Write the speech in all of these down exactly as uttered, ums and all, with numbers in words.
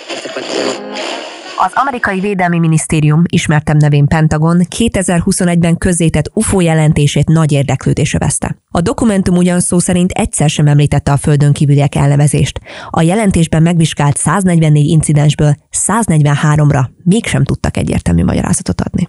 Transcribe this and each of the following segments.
Az amerikai védelmi minisztérium, ismertebb nevén Pentagon, kétezer-huszonegyben közzétett u f o jelentését nagy érdeklődés övezte. A dokumentum ugyan szó szerint egyszer sem említette a földön kívüliek elnevezést. A jelentésben megvizsgált száznegyvennégy incidensből száznegyvenháromra mégsem tudtak egyértelmű magyarázatot adni.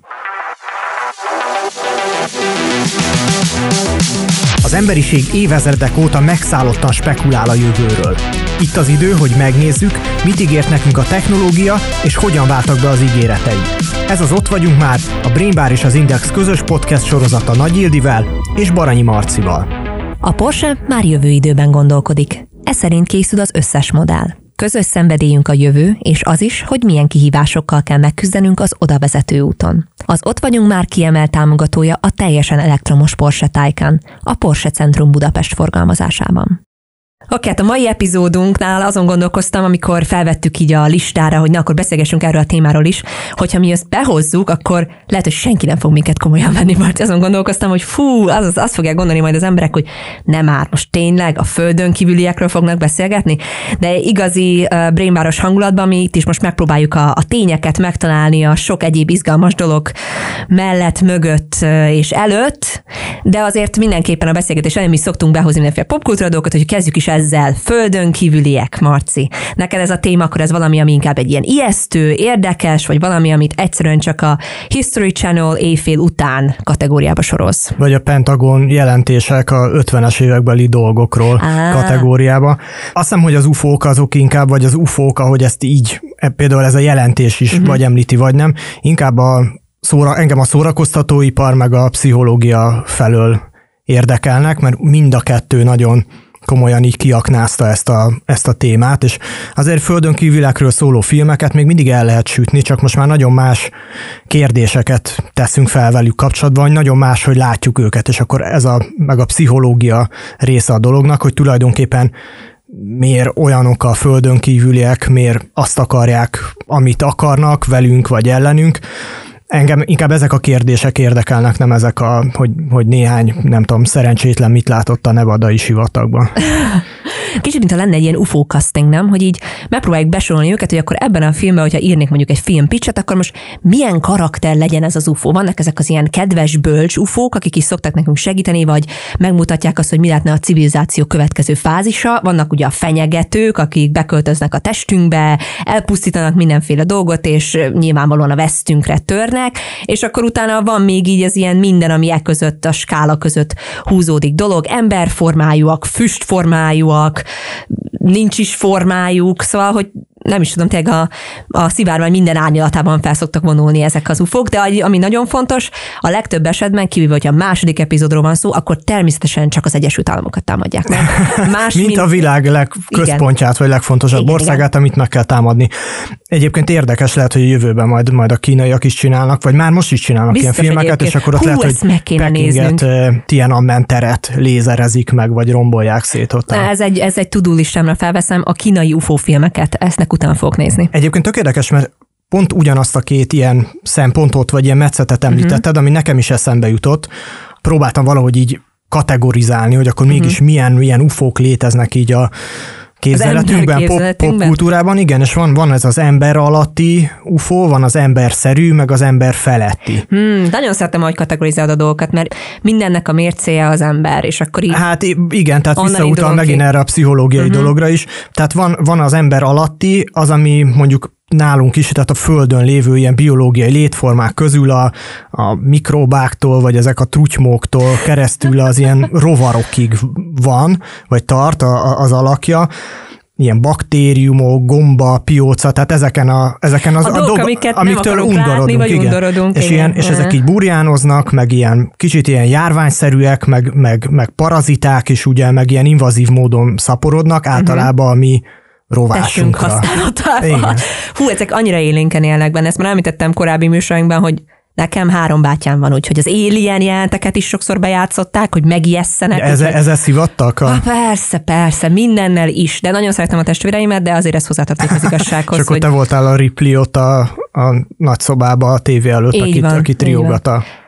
Az emberiség évezredek óta megszállottan spekulál a jövőről. Itt az idő, hogy megnézzük, mit ígért nekünk a technológia, és hogyan váltak be az ígéretei. Ez az Ott vagyunk már, a Brain Bar és az Index közös podcast sorozata Nagy Ildivel és Baranyi Marcival. A Porsche már jövő időben gondolkodik. Ez szerint készül az összes modell. Közös szenvedélyünk a jövő, és az is, hogy milyen kihívásokkal kell megküzdenünk az oda vezető úton. Az Ott vagyunk már kiemelt támogatója a teljesen elektromos Porsche Taycan, a Porsche Centrum Budapest forgalmazásában. Oké, hát a mai epizódunknál azon gondolkoztam, amikor felvettük így a listára, hogy na, akkor beszélgessünk erről a témáról is, hogyha mi ezt behozzuk, akkor lehet, hogy senki nem fog minket komolyan venni, mert azon gondolkoztam, hogy fú, az, az, azt fogják gondolni majd az emberek, hogy nem már, most tényleg a földön kívüliekről fognak beszélgetni, de igazi uh, brainbaros hangulatban mi itt is most megpróbáljuk a, a tényeket megtalálni a sok egyéb izgalmas dolog mellett, mögött uh, és előtt, de azért mindenképpen a beszélgetés elején mi szoktunk behozni mindenféle popkultúra dolgokat, hogy kezdjük is ezzel, földön kívüliek, Marci. Neked ez a téma, akkor ez valami, ami inkább egy ilyen ijesztő, érdekes, vagy valami, amit egyszerűen csak a History Channel éjfél után kategóriába sorolsz? Vagy a Pentagon jelentések a ötvenes évekbeli dolgokról Á. kategóriába. Azt hiszem, hogy az u f o-k azok inkább, vagy az u f o-k, ahogy ezt így, például ez a jelentés is uh-huh. vagy említi, vagy nem, inkább a szóra, engem a szórakoztatóipar meg a pszichológia felől érdekelnek, mert mind a kettő nagyon komolyan így kiaknázta ezt a, ezt a témát, és azért földön kívülekről szóló filmeket még mindig el lehet sütni, csak most már nagyon más kérdéseket teszünk fel velük kapcsolatban, hogy nagyon más, hogy látjuk őket, és akkor ez a, meg a pszichológia része a dolognak, hogy tulajdonképpen miért olyanok a földön kívüliek, miért azt akarják, amit akarnak velünk vagy ellenünk. Engem inkább ezek a kérdések érdekelnek, nem ezek a, hogy, hogy néhány, nem tudom, szerencsétlen mit látott a nevadai sivatagban. Kicsit, mintha lenne egy ilyen u f o casting, nem? Hogy így megpróbáljuk besorolni őket, hogy akkor ebben a filmben, hogyha írnék mondjuk egy film pitchet, akkor most milyen karakter legyen ez az u f o? Vannak ezek az ilyen kedves, bölcs u f o-k, akik is szoktak nekünk segíteni, vagy megmutatják azt, hogy mi lehetne a civilizáció következő fázisa. Vannak ugye a fenyegetők, akik beköltöznek a testünkbe, elpusztítanak mindenféle dolgot, és nyilvánvalóan a vesztünkre törnek, és akkor utána van még így az ilyen minden, ami e között, a skála között húzódik dolog, emberformájúak, füstformájúak, nincs is formájuk, szóval, hogy nem is tudom, tényleg a, a szivárvány minden árnyalatában fel szoktak vonulni ezek az u f o-k, de ami nagyon fontos, a legtöbb esetben, kivéve, hogyha a második epizódról van szó, akkor természetesen csak az Egyesült Államokat támadják meg. Más, mint, mint a világ legközpontját, vagy legfontosabb igen, országát, igen. amit meg kell támadni. Egyébként érdekes lehet, hogy a jövőben majd, majd a kínaiak is csinálnak, vagy már most is csinálnak biztos ilyen filmeket, egyébként. És akkor ott Hú, lehet, hogy Pekinget, Tiananmen teret lézerezik meg, vagy rombolják szét ott. Ez egy, ez egy to-do listámra felveszem, a kínai u f o filmeket, ezt utána fogok nézni. Egyébként tök érdekes, mert pont ugyanazt a két ilyen szempontot, vagy ilyen metszetet említetted, uh-huh. ami nekem is eszembe jutott. Próbáltam valahogy így kategorizálni, hogy akkor uh-huh. mégis milyen, milyen u f o-k léteznek így a képzeletünkben, pop, popkultúrában, igen, és van, van ez az ember alatti u f o, van az emberszerű, meg az ember feletti. Hmm, nagyon szeretem, hogy kategorizálod a dolgokat, mert mindennek a mércéje az ember, és akkor így... Hát igen, tehát visszautal megint erre a pszichológiai uh-huh. dologra is. Tehát van, van az ember alatti, az, ami mondjuk nálunk is, tehát a Földön lévő ilyen biológiai létformák közül a, a mikrobáktól, vagy ezek a trutymóktól keresztül az ilyen rovarokig van, vagy tart a, az alakja, ilyen baktériumok, gomba, pióca, tehát ezeken a, ezeken az a, a dolgok, amiket amiktől nem undorodunk, látni, vagy igen. undorodunk. És, igen. Ilyen, és ezek így burjánoznak, meg ilyen kicsit ilyen járványszerűek, meg, meg, meg paraziták is, ugye, meg ilyen invazív módon szaporodnak, általában a mi rovásunkra. Testünk Hú, ezek annyira élénken élnek benne, ezt már említettem korábbi műsorainkban, hogy nekem három bátyám van, úgyhogy az Alien jelenteket is sokszor bejátszották, hogy megijesszenek. Ezzel ez szivattak? A... Ah, persze, persze, mindennel is, de nagyon szeretem a testvéreimet, de azért ezt hozzátartozik az igazsághoz. Csak hogy... te voltál a Ripley ott a, a nagy szobába a tévé előtt, akit, van, akit riogat a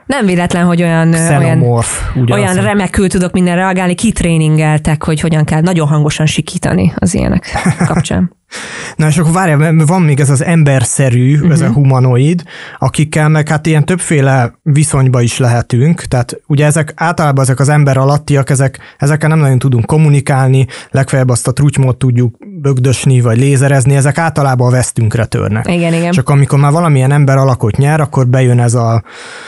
Nem véletlen, hogy olyan, olyan, olyan remekül tudok minden reagálni, kitréningeltek, hogy hogyan kell nagyon hangosan sikítani az ilyenek kapcsán. Na és akkor várjál, van még ez az emberszerű, uh-huh. ez a humanoid, akikkel meg hát ilyen többféle viszonyba is lehetünk, tehát ugye ezek általában ezek az ember alattiak, ezek, ezekkel nem nagyon tudunk kommunikálni, legfeljebb azt a trutymót tudjuk bögdösni, vagy lézerezni, ezek általában a vesztünkre törnek. Igen, igen. Csak amikor már valamilyen ember alakot nyer, akkor bejön ez a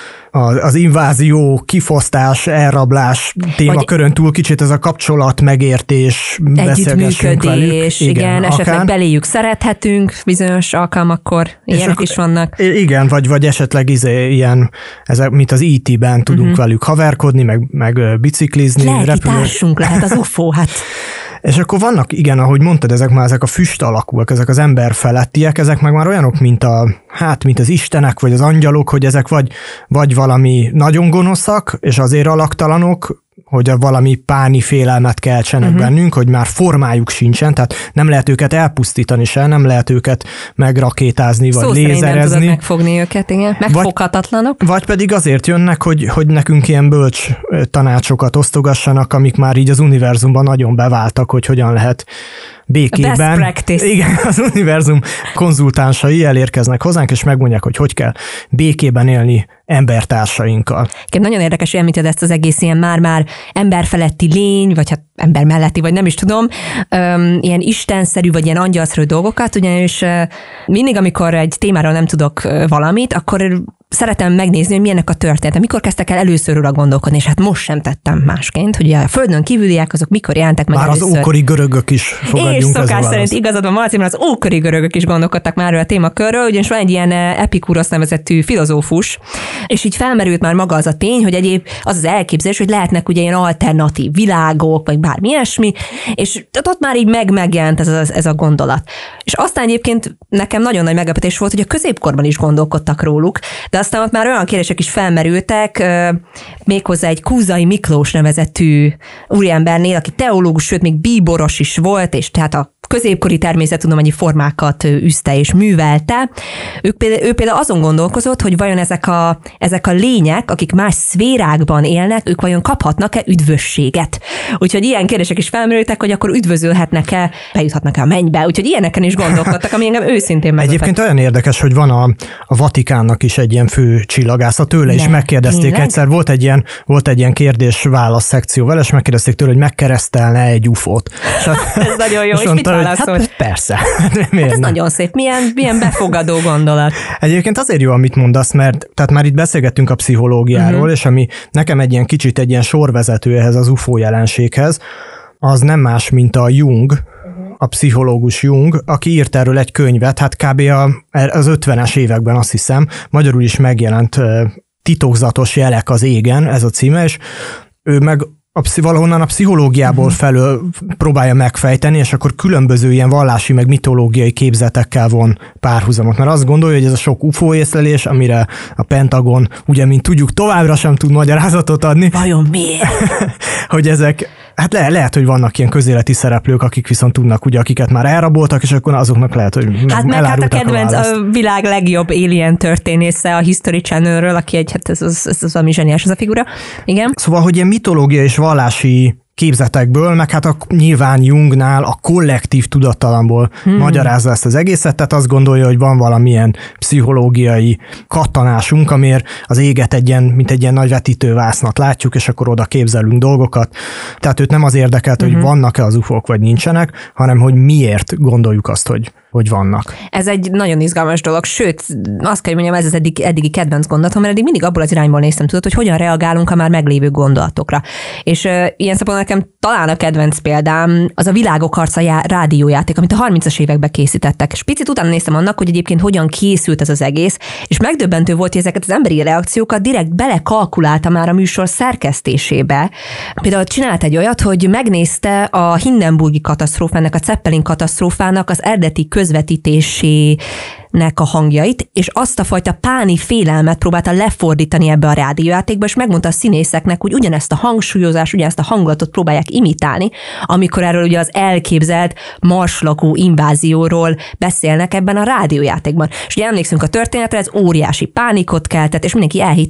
az invázió, kifosztás, elrablás témakörön túl kicsit ez a kapcsolat, megértés, beszélgessünk velük. Igen, igen, esetleg beléjük szerethetünk bizonyos alkalmakkor, ilyenek ak- is vannak. Igen, vagy, vagy esetleg izé, ilyen, ezek, mint az í té-ben tudunk uh-huh. velük haverkodni, meg, meg biciklizni. Lelkitársunk lehet az ufó, hát. És akkor vannak, igen, ahogy mondtad, ezek már ezek a füst alakúak, ezek az ember felettiek, ezek meg már olyanok, mint a, hát, mint az istenek, vagy az angyalok, hogy ezek vagy, vagy valami nagyon gonoszak, és azért alaktalanok, hogy valami páni félelmet keltsenek uh-huh. bennünk, hogy már formájuk sincsen, tehát nem lehet őket elpusztítani se, nem lehet őket megrakétázni, vagy Szó lézerezni. Szó szerint nem tudod megfogni őket, igen. Megfoghatatlanok. Vagy, vagy pedig azért jönnek, hogy, hogy nekünk ilyen bölcs tanácsokat osztogassanak, amik már így az univerzumban nagyon beváltak, hogy hogyan lehet békében. Best practice. Igen, az univerzum konzultánsai elérkeznek hozzánk, és megmondják, hogy hogy kell békében élni embertársainkkal. Nagyon érdekes, hogy említed ezt az egész ilyen már-már emberfeletti lény, vagy hát ember melletti, vagy nem is tudom, öm, ilyen istenszerű, vagy ilyen angyalszerű dolgokat, ugyanis mindig, amikor egy témáról nem tudok valamit, akkor szeretem megnézni, hogy milyennek a története. Mikor kezdtek el először róla gondolkodni, és hát most sem tettem másként, hogy a földön kívüliek azok mikor jelentek meg már először. Már az ókori görögök is fogadjunk. És szokás szerint igazad van, Marci, mert az ókori görögök is gondolkodtak már a témakörről, ugyanis van egy ilyen Epikurosz nevezetű filozófus, és így felmerült már maga az a tény, hogy egyéb az az elképzelés, hogy lehetnek ugye ilyen alternatív világok, vagy bármi ilyesmi, és ott már így meg megjelent ez a, ez a gondolat. És aztán egyébként nekem nagyon nagy meglepetés volt, hogy a középkorban is gondolkodtak róluk, de aztán ott már olyan kérdések is felmerültek, méghozzá egy Kúzai Miklós nevezetű úriembernél, aki teológus, sőt még bíboros is volt, és tehát a középkori természettudományi formákat üzte és művelte. Ő például, ő például azon gondolkozott, hogy vajon ezek a, ezek a lények, akik más szférákban élnek, ők vajon kaphatnak-e üdvösséget. Úgyhogy ilyen kérdések is felmerültek, hogy akkor üdvözölhetnek-e, bejuthatnak-e a mennybe. Úgyhogy ilyeneken is gondolkodtak, ami engem őszintén meglepett. Egyébként olyan érdekes, hogy van a, a Vatikánnak is egy ilyen fő csillagásza, tőle is megkérdezték tényleg? Egyszer, volt egy ilyen, volt egy ilyen kérdés-válasz szekció vele, és megkérdezték tőle, hogy megkeresztelne egy ufót. Ez nagyon jó, és, és mit válaszolt? Hát persze. Hát ez nagyon szép, milyen, milyen befogadó gondolat. Egyébként azért jó, amit mondasz, mert tehát már itt beszélgettünk a pszichológiáról, uh-huh. és ami nekem egy ilyen kicsit egy ilyen sorvezető ehhez az ufó jelenséghez, az nem más, mint a Jung, a pszichológus Jung, aki írt erről egy könyvet, hát kb. Az ötvenes években azt hiszem, magyarul is megjelent Titokzatos jelek az égen, ez a címe, és ő meg a, valahonnan a pszichológiából uh-huh. felől próbálja megfejteni, és akkor különböző ilyen vallási meg mitológiai képzetekkel von párhuzamot. Mert azt gondolja, hogy ez a sok ufó észlelés, amire a Pentagon, ugye, mint tudjuk, továbbra sem tud magyarázatot adni. Vajon miért? Hogy ezek, hát le, lehet, hogy vannak ilyen közéleti szereplők, akik viszont tudnak, ugye, akiket már elraboltak, és akkor azoknak lehet, hogy meg, hát meg hát a kedvenc, a, a világ legjobb alien történésze a History Channelről, aki egy, hát ez az, ez az valami zseniás ez a figura. Igen. Szóval, hogy ilyen mitológia és vallási képzetekből, meg hát a, nyilván Jungnál a kollektív tudattalamból hmm. magyarázza ezt az egészet, tehát azt gondolja, hogy van valamilyen pszichológiai kattanásunk, amiért az éget egy ilyen, mint egy ilyen nagy vetítővásznat látjuk, és akkor oda képzelünk dolgokat. Tehát őt nem az érdekelt, hmm. hogy vannak-e az ufók, vagy nincsenek, hanem hogy miért gondoljuk azt, hogy hogy vannak. Ez egy nagyon izgalmas dolog, sőt, azt kell, hogy mondjam, ez az eddig, eddigi kedvenc gondolatom, mert eddig mindig abból az irányból néztem, tudod, hogy hogyan reagálunk a már meglévő gondolatokra. És uh, ilyen szempontból nekem talán a kedvenc példám az a Világok harca já- rádiójáték, amit a harmincas években készítettek. És picit utána néztem annak, hogy egyébként hogyan készült ez az egész, és megdöbbentő volt, hogy ezeket az emberi reakciókat direkt belekalkulálta már a műsor szerkesztésébe. Például csinált egy olyat, hogy megnézte a Hindenburgi katasztrófának, a Zeppelin katasztrófának az eredeti közvetítésének a hangjait, és azt a fajta páni félelmet próbálta lefordítani ebbe a rádiójátékba, és megmondta a színészeknek, hogy ugyanezt a hangsúlyozást, ugyanezt a hangulatot próbálják imitálni, amikor erről ugye az elképzelt marslakó invázióról beszélnek ebben a rádiójátékban. És ugye emlékszünk a történetre, ez óriási pánikot keltett, és mindenki elhitte, hogy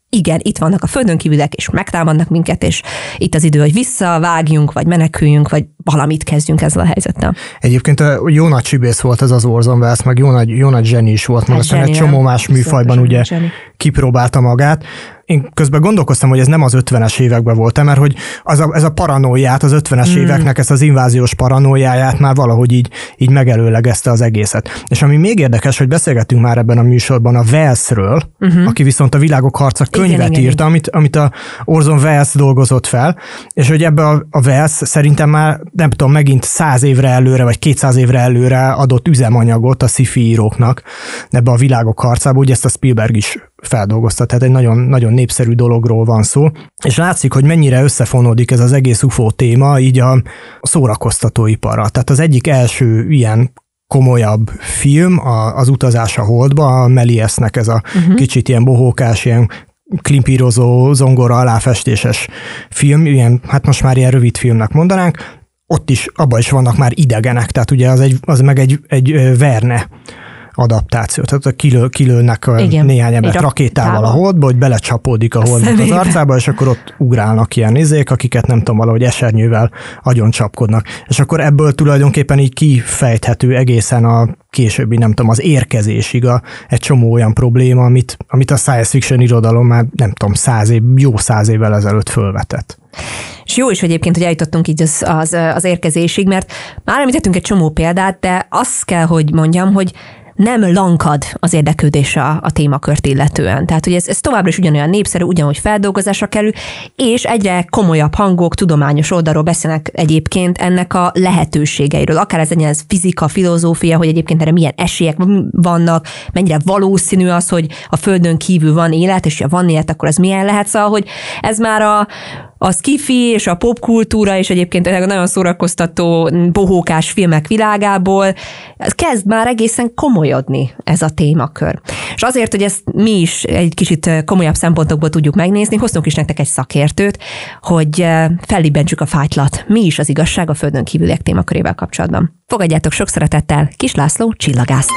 igen, itt vannak a földön kívülek, és megtámadnak minket, és itt az idő, hogy visszavágjunk, vagy meneküljünk, vagy valamit kezdjünk ezzel a helyzettel. Egyébként jó nagy csibész volt ez az Orson Welles, meg jó nagy, jó nagy zseni is volt, meg aztán egy csomó más műfajban ugye kipróbálta magát. Én közben gondolkoztam, hogy ez nem az ötvenes években volt, mert hogy az a, ez a paranoiát, az ötvenes mm. éveknek ezt az inváziós paranoiáját már valahogy így, így megelőlegezte az egészet. És ami még érdekes, hogy beszélgettünk már ebben a műsorban a Wellesről, uh-huh. aki viszont a Világok harca könyvet igen, írta, igen. Amit, amit a Orson Welles dolgozott fel, és hogy ebbe a, a Welles szerintem már nem tudom, megint száz évre előre, vagy kétszáz évre előre adott üzemanyagot a sci-fi íróknak ebbe a Világok harcába, ugye ezt a Spielberg is feldolgozta, tehát egy nagyon, nagyon népszerű dologról van szó, és látszik, hogy mennyire összefonódik ez az egész ufó téma így a szórakoztatóiparra. Tehát az egyik első ilyen komolyabb film az Utazás a Holdba, a Mélièsnek ez a uh-huh. kicsit ilyen bohókás, ilyen klimpírozó, zongora aláfestéses film, ilyen, hát most már ilyen rövid filmnek mondanánk, ott is, abban is vannak már idegenek, tehát ugye az, egy, az meg egy, egy Verne adaptáció. Tehát a kilő, kilőnek a igen, néhány embert rakétával a holdba, hogy belecsapódik a holdnak az arcába, és akkor ott ugrálnak ilyen izék, akiket nem tudom, valahogy esernyővel agyon csapkodnak. És akkor ebből tulajdonképpen így kifejthető egészen a későbbi, nem tudom, az érkezésig a, egy csomó olyan probléma, amit, amit a science fiction irodalom már nem tudom, száz év, jó száz évvel ezelőtt fölvetett. És jó is egyébként, hogy eljutottunk így az, az, az érkezésig, mert már említettünk egy csomó példát, de azt kell, hogy mondjam, hogy nem lankad az érdeklődés a, a témakört illetően. Tehát, hogy ez, ez továbbra is ugyanolyan népszerű, ugyanúgy feldolgozásra kerül, és egyre komolyabb hangok, tudományos oldalról beszélnek egyébként ennek a lehetőségeiről. Akár ez legyen ez fizika, filozófia, hogy egyébként erre milyen esélyek vannak, mennyire valószínű az, hogy a Földön kívül van élet, és ha van élet, akkor ez milyen lehet. Szóval, hogy ez már a a sci-fi és a popkultúra, és egyébként a nagyon szórakoztató bohókás filmek világából kezd már egészen komolyodni ez a témakör. És azért, hogy ezt mi is egy kicsit komolyabb szempontokból tudjuk megnézni, hoztunk is nektek egy szakértőt, hogy fellibbentsük a fájtlat. Mi is az igazság a Földön kívüliek témakörével kapcsolatban. Fogadjátok sok szeretettel Kis László csillagászt!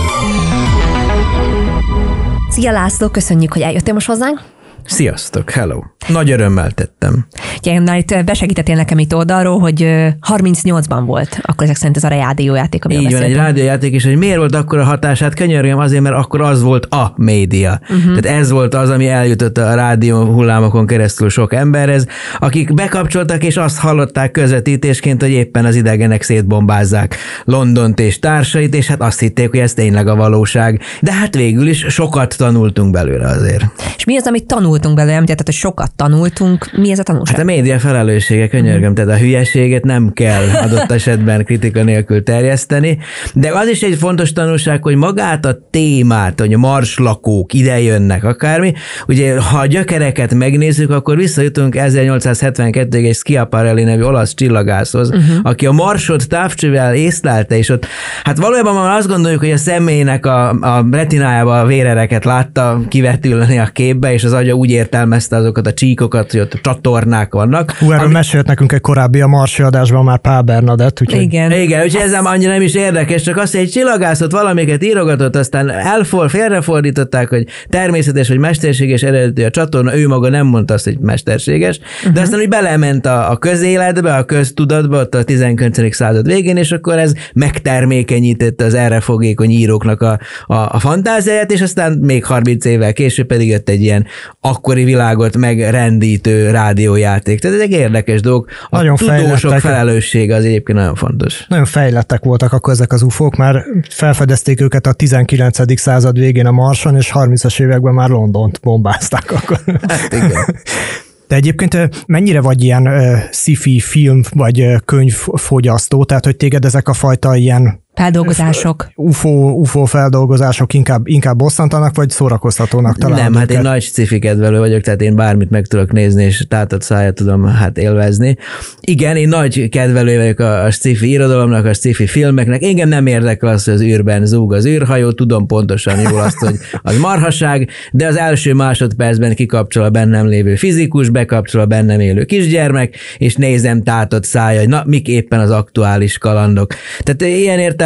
Szia László, köszönjük, hogy eljöttél most hozzánk. Sziasztok, hello! Nagy örömmel tettem. Ugye, már itt besegítettél nekem itt oldalról, hogy harmincnyolcban volt, akkor ezek szerint ez a rádiójáték, amiről Így van, egy rádiójáték, és hogy miért volt akkor a hatását, könyörgöm azért, mert akkor az volt a média. Uh-huh. Tehát ez volt az, ami eljutott a rádió hullámokon keresztül sok emberhez, akik bekapcsoltak, és azt hallották közvetítésként, hogy éppen az idegenek szétbombázzák Londont és társait, és hát azt hitték, hogy ez tényleg a valóság. De hát végül is sokat tanultunk belőle azért. És mi az, amit tanultunk belőle? Tehát, hogy sokat tanultunk. Mi ez a tanulság? Hát a média felelőssége, könyörgöm, tehát a hülyeséget nem kell adott esetben kritika nélkül terjeszteni, de az is egy fontos tanulság, hogy magát a témát, hogy a marslakók ide jönnek, akármi, ugye ha a gyökereket megnézzük, akkor visszajutunk ezernyolcszázhetvenkettőig egy Schiaparelli nevű olasz csillagászhoz, uh-huh. aki a Marsot távcsővel észlelte, és ott, hát valójában már azt gondoljuk, hogy a személynek a, a retinájába a vérereket látta kivetülni a képbe, és az agya úgy értelmezte azokat a csíkokat, hogy ott csatornák vannak. Hú, erről ami... mesélt nekünk egy korábbi a Marsi adásban már Pál Bernadett. Úgyhogy... Igen. Igen, úgyhogy ez annyira nem is érdekes, csak azt, hogy egy csillagászot valamiket írogatott, aztán elfor, félrefordították, hogy természetes, vagy mesterséges eredetű a csatorna, ő maga nem mondta azt, hogy mesterséges, uh-huh. de aztán úgy belement a, a közéletbe, a köztudatba, ott a tizenkilencedik század végén, és akkor ez megtermékenyítette az erre fogékony íróknak a, a, a fantáziáját, és aztán még harminc évvel később pedig jött egy ilyen akkori világot megrendítő rádiójáték. Tehát ez egy érdekes dolog. A nagyon tudósok felelőssége az egyébként nagyon fontos. Nagyon fejlettek voltak akkor ezek az ufók, már felfedezték őket a tizenkilencedik század végén a Marson, és harmincas években már Londont bombázták akkor. Hát igen. De egyébként mennyire vagy ilyen uh, sci-fi film vagy uh, könyvfogyasztó, tehát hogy téged ezek a fajta ilyen feldolgozások. ufó, ufó feldolgozások inkább, inkább bosszantanak, vagy szórakoztatónak találod? Nem, hát én nagy sci-fi kedvelő vagyok, tehát én bármit meg tudok nézni, és tátott száját tudom hát élvezni. Igen, én nagy kedvelő vagyok a, a sci-fi irodalomnak, a sci-fi filmeknek. Engem nem érdekel az, hogy az űrben zúg az űrhajó, tudom pontosan jól azt, hogy az marhaság, de az első másodpercben kikapcsol a bennem lévő fizikus, bekapcsol a bennem élő kisgyermek, és nézem tátott szája, hogy na, mik éppen az aktuális kalandok. Tehát ilyen értelemben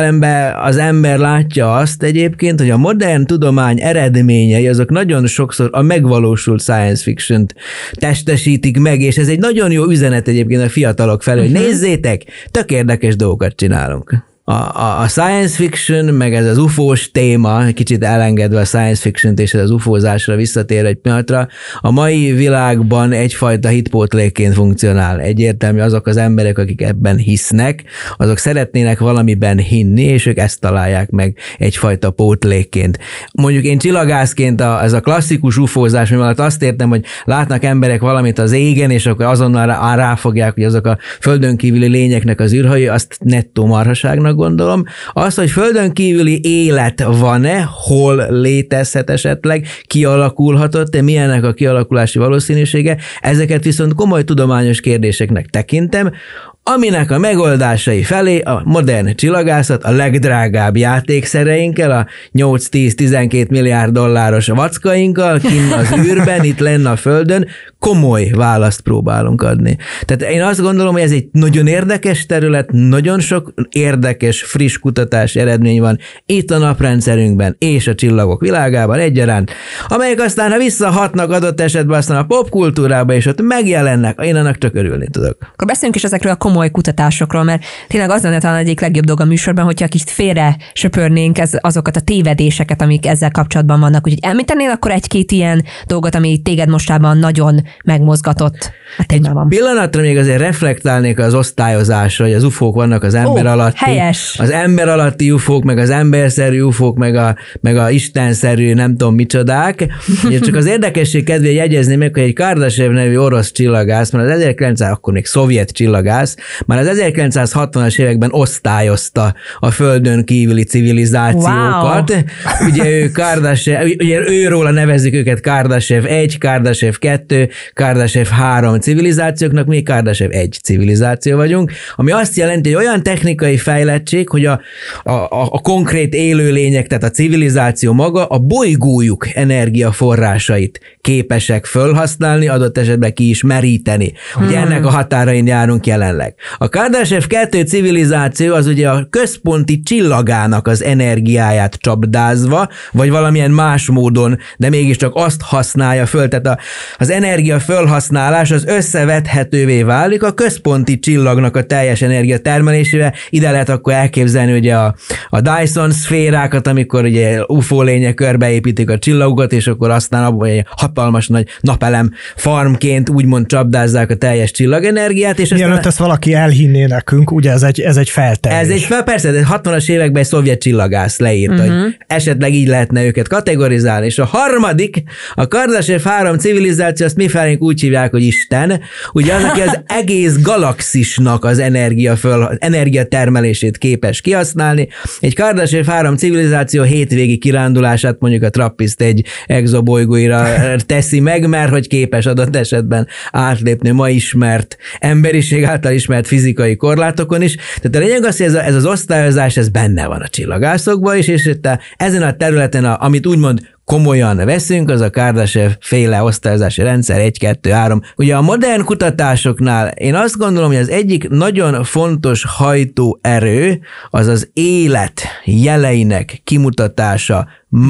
értelemben az ember látja azt egyébként, hogy a modern tudomány eredményei azok nagyon sokszor a megvalósult science fiction-t testesítik meg, és ez egy nagyon jó üzenet egyébként a fiatalok felé, hogy nézzétek, tök érdekes dolgokat csinálunk. A, a, a science fiction, meg ez az ufós téma, kicsit elengedve a science fiction-t és az ufózásra visszatér egy pillanatra, a mai világban egyfajta hitpótlékként funkcionál. Egyértelmű, azok az emberek, akik ebben hisznek, azok szeretnének valamiben hinni, és ők ezt találják meg egyfajta pótlékként. Mondjuk én csillagászként a, ez a klasszikus ufózás, mi alatt azt értem, hogy látnak emberek valamit az égen, és akkor azonnal rá, ráfogják, hogy azok a földön kívüli lényeknek az űrhajai, azt nettó marhaságnak gondolom. Az, hogy földön kívüli élet van-e, hol létezhet esetleg, kialakulhatott-e, milyennek a kialakulási valószínűsége, ezeket viszont komoly tudományos kérdéseknek tekintem, aminek a megoldásai felé a modern csillagászat a legdrágább játékszereinkkel, a nyolc-tíz-tizenkét milliárd dolláros vackainkkal, kinn az űrben, itt lenne a Földön, komoly választ próbálunk adni. Tehát én azt gondolom, hogy ez egy nagyon érdekes terület, nagyon sok érdekes, friss kutatási eredmény van itt a naprendszerünkben és a csillagok világában egyaránt, amelyek aztán, ha visszahatnak adott esetben aztán a popkultúrába, és ott megjelennek, én annak csak örülni tudok. Akkor beszéljünk is ezekről a komoly kutatásokról, mert tényleg az lenne talán egyik legjobb dolog a műsorban, hogyha kicsit félre söpörnénk ez, azokat a tévedéseket, amik ezzel kapcsolatban vannak. Úgyhogy említenél akkor egy-két ilyen dolgot, ami téged mostában nagyon megmozgatott a témában. Egy pillanatra még azért reflektálnék az osztályozásra, hogy az ufók vannak az ember Ó, alatti. Helyes. Az ember alatti ufók, meg az emberszerű ufók, meg a, meg a istenszerű nem tudom micsodák. Ugye csak az érdekesség kedvéért jegyezni meg, hogy egy Kardashev nevű orosz csillagász, mert az ezerkilencszáz, akkor még szovjet csillagász, már az ezerkilencszázhatvanas években osztályozta a földön kívüli civilizációkat. Wow. Ugye ő Kardashev, ugye őróla nevezzük őket Kardashev egy, Kardashev kettő, Kardashev három civilizációknak, mi Kardashev egy civilizáció vagyunk, ami azt jelenti, hogy olyan technikai fejlettség, hogy a, a, a konkrét élőlények, tehát a civilizáció maga a bolygójuk energiaforrásait képesek fölhasználni, adott esetben ki is meríteni. Ugye hmm. ennek a határain járunk jelenleg. A Kardashev kettő civilizáció az ugye a központi csillagának az energiáját csapdázva, vagy valamilyen más módon, de mégiscsak azt használja föl, tehát a, az energia fölhasználás az összevethetővé válik a központi csillagnak a teljes energia termelésével. Ide lehet akkor elképzelni ugye a, a Dyson szférákat, amikor ugye ufó lények körbeépítik a csillagokat, és akkor aztán abban egy hatalmas nagy napelem farmként úgymond csapdázzák a teljes csillagenergiát. És mielőtt aztán... ezt valaki elhinné nekünk, ugye ez egy, ez egy feltevés. Ez egy, persze, de hatvanas években egy szovjet csillagász leírta, uh-huh. hogy esetleg így lehetne őket kategorizálni. És a harmadik, a Kardashev három civilizáció, azt mi felénk úgy hívják, hogy Isten, ugye az, aki az egész galaxisnak az energia föl, energiatermelését képes kihasználni. Egy Kardashev három civilizáció hétvégi kirándulását mondjuk a Trappist egy exobolygóira teszi meg, mert hogy képes adott esetben átlépni ma ismert, emberiség által ismert fizikai korlátokon is. Tehát a lényeg az, hogy ez, a, ez az osztályozás, ez benne van a csillagászokban is, és itt a, ezen a területen, a, amit úgymond komolyan veszünk, az a Kardashev féle osztályozási rendszer egy, kettő, három. Ugye a modern kutatásoknál én azt gondolom, hogy az egyik nagyon fontos hajtóerő az az élet jeleinek kimutatása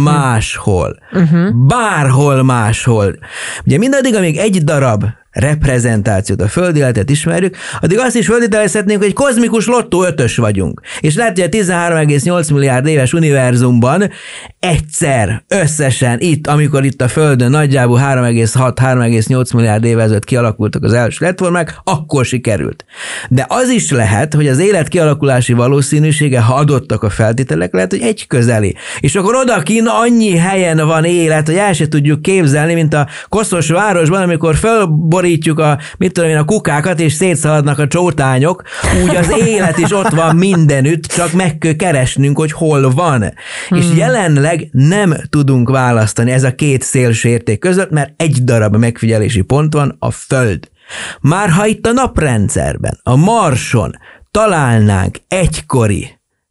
máshol. Uh-huh. Bárhol máshol. Ugye mindaddig, amíg egy darab reprezentációt, a földi életet ismerjük, addig azt is föltételezhetnénk, hogy egy kozmikus lottó ötös vagyunk. És lehet, hogy a tizenhárom egész nyolc milliárd éves univerzumban egyszer, összesen itt, amikor itt a Földön nagyjából három egész hat három egész nyolc milliárd éve ezelőtt kialakultak az első életformák, akkor sikerült. De az is lehet, hogy az élet kialakulási valószínűsége, ha adottak a feltételek, lehet, hogy egy közeli. És akkor odakin annyi helyen van élet, hogy el se tudjuk képzelni, mint a koszos városban, amikor fölborítjuk a, mit tudom én, a kukákat, és szétszaladnak a csótányok, úgy az élet is ott van mindenütt, csak meg kell keresnünk, hogy hol van. Hmm. És jelenleg nem tudunk választani ez a két szélső érték között, mert egy darab megfigyelési pont van, a Föld. Már ha itt a naprendszerben, a Marson találnánk egykori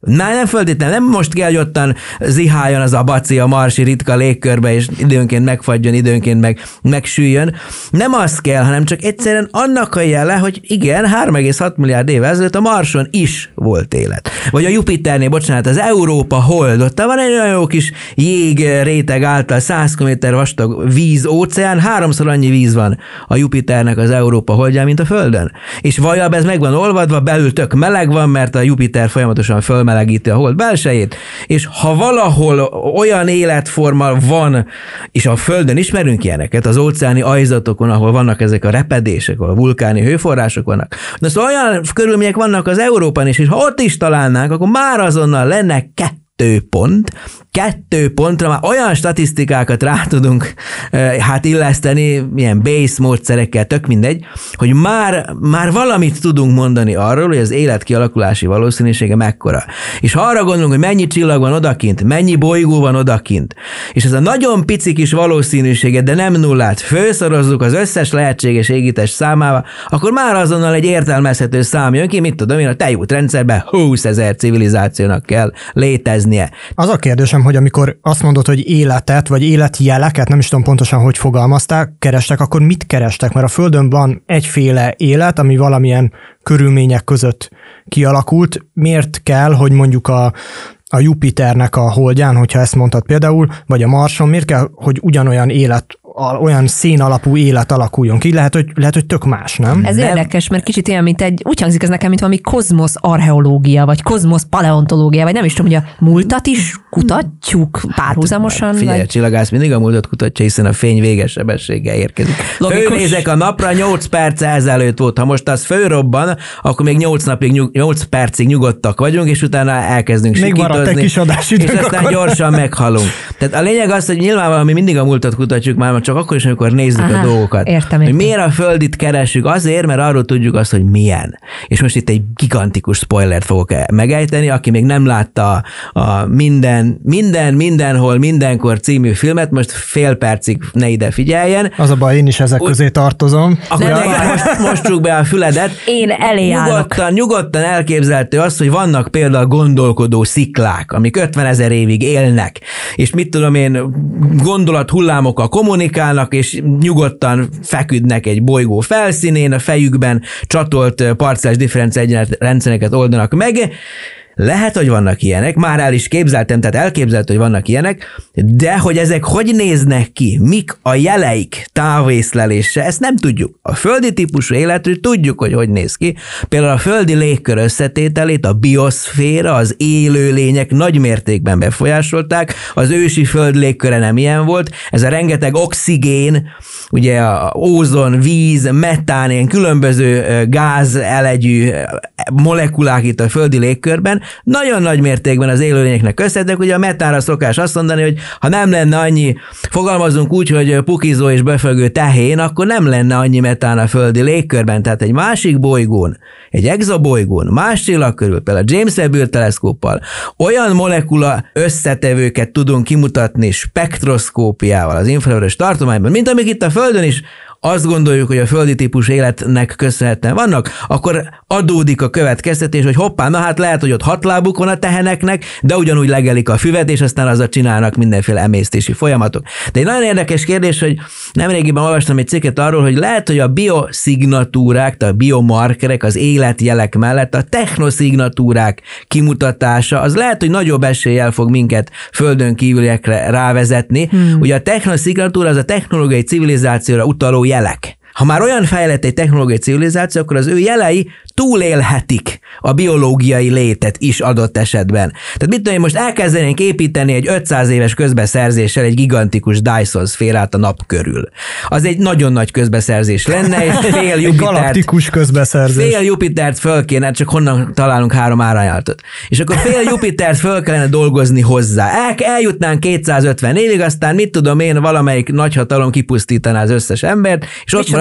Na, nem föltétlenül, nem most kell, hogy ottan ziháljon az a baci a marsi ritka légkörbe, és időnként megfagyjon, időnként meg megsüljön. Nem az kell, hanem csak egyszerűen annak a jele, hogy igen, három egész hat milliárd éve ezelőtt a Marson is volt élet. Vagy a Jupiternél, bocsánat, az Európa hold, ott van egy olyan jó kis jégréteg által száz kilométer vastag víz, óceán, háromszor annyi víz van a Jupiternek az Európa holdján, mint a Földön. És vajabb ez meg van olvadva, belül tök meleg van, mert a Jupiter folyamatosan fölmelegíti a hold belsejét, és ha valahol olyan életforma van, és a Földön ismerünk ilyeneket, az óceáni ajzatokon, ahol vannak ezek a repedések, ahol vulkáni hőforrások vannak. Na szóval olyan körülmények vannak az Európán is, és ha ott is találnánk, akkor már azonnal lenne kettő pont, kettő pontra már olyan statisztikákat rá tudunk hát illeszteni, ilyen base módszerekkel, tök mindegy, hogy már, már valamit tudunk mondani arról, hogy az élet kialakulási valószínűsége mekkora. És ha arra gondolunk, hogy mennyi csillag van odakint, mennyi bolygó van odakint, és ez a nagyon pici kis valószínűséget, de nem nullát, főszorozzuk az összes lehetséges égítés számával, akkor már azonnal egy értelmezhető szám jön ki, mit tudom én, a tejútrendszerben húszezer civilizációnak kell léteznie. Az a kérdésem, hogy amikor azt mondod, hogy életet, vagy életjeleket, nem is tudom pontosan, hogy fogalmazták, kerestek, akkor mit kerestek? Mert a Földön van egyféle élet, ami valamilyen körülmények között kialakult. Miért kell, hogy mondjuk a, a Jupiternek a holdján, hogyha ezt mondtad például, vagy a Marson, miért kell, hogy ugyanolyan élet, olyan szén alapú élet alakuljon ki? Lehet, hogy, lehet, hogy tök más, nem? Ez nem? Érdekes, mert kicsit ilyen, mint egy, úgy hangzik ez nekem, mint valami kozmosz archeológia, vagy kozmosz paleontológia, vagy nem is tudom, hogy a múltat is kutatjuk párhuzamosan. Hát, figyelj, vagy... a csillagász mindig a múltat kutatja, hiszen a fény véges sebességgel érkezik. Fölnézek a napra, nyolc perc ezelőtt volt. Ha most az fölrobban, akkor még nyolc napig, nyolc percig nyugodtak vagyunk, és utána elkezdünk még sikítozni, és aztán akkor... gyorsan meghalunk. Tehát a lényeg az, hogy nyilvánvalóan mi mindig a múltat kutatjuk, már csak akkor is, amikor nézzük Aha, a dolgokat. Értem, hogy értem. miért a Földit keressük? Azért, mert arról tudjuk azt, hogy milyen. És most itt egy gigantikus spoilert fogok megejteni, aki még nem látta a minden, minden, mindenhol, mindenkor című filmet, most fél percig ne ide figyeljen. Az a baj, én is ezek közé tartozom. Akkor ja. most, most csuk be a füledet. Én elé nyugodtan, nyugodtan elképzelhető az, hogy vannak például gondolkodó sziklák, amik ötvenezer évig élnek, és mit tudom én, gondolathullámokkal kommunikálnak, és nyugodtan feküdnek egy bolygó felszínén, a fejükben csatolt parciális differencia egyenlet rendszereket oldanak meg. Lehet, hogy vannak ilyenek, már el is képzeltem, tehát elképzelhető, hogy vannak ilyenek, de hogy ezek hogy néznek ki, mik a jeleik távészlelése, ezt nem tudjuk. A földi típusú életről tudjuk, hogy hogy néz ki. Például a földi légkör összetételét a bioszféra, az élőlények nagy mértékben befolyásolták, az ősi föld légköre nem ilyen volt, ez a rengeteg oxigén, ugye a ózon, víz, metán, ilyen különböző gáz elegyű molekulák itt a földi légkörben, nagyon nagy mértékben az élőlényeknek köszönhetnek, ugye a metánra szokás azt mondani, hogy ha nem lenne annyi, fogalmazunk úgy, hogy pukizó és befögő tehén, akkor nem lenne annyi metán a földi légkörben, tehát egy másik bolygón, egy exobolygón, más csillag körül, például a James Webb űrteleszkóppal olyan molekula összetevőket tudunk kimutatni spektroszkópiával az infravörös tartományban, mint amik itt a Földön is azt gondoljuk, hogy a földi típus életnek köszönhetően vannak, akkor adódik a következtetés, hogy hoppá, na hát lehet, hogy ott hat lábuk van a teheneknek, de ugyanúgy legelik a füvet, és aztán azzal csinálnak mindenféle emésztési folyamatok. De egy nagyon érdekes kérdés, hogy nemrégiben olvastam egy cikket arról, hogy lehet, hogy a bioszignatúrák, a biomarkerek, az életjelek mellett a technoszignatúrák kimutatása, az lehet, hogy nagyobb eséllyel fog minket földön kívüliekre rávezetni. Hmm. Ugye a technoszignatúra az a technológiai civilizációra utaló jelek. Ha már olyan fejlett egy technológiai civilizáció, akkor az ő jelei túlélhetik a biológiai létet is adott esetben. Tehát mit tudom én, most elkezdenénk építeni egy ötszáz éves közbeszerzéssel egy gigantikus Dyson szférát a nap körül. Az egy nagyon nagy közbeszerzés lenne, és fél Jupitert... galaktikus közbeszerzés. Fél Jupitert föl kéne, csak honnan találunk három árajánlatot. És akkor fél Jupitert föl kellene dolgozni hozzá. El, eljutnánk kétszázötven évig, aztán mit tudom én, valamelyik nagyhatalom kipusztítaná az összes embert, és ott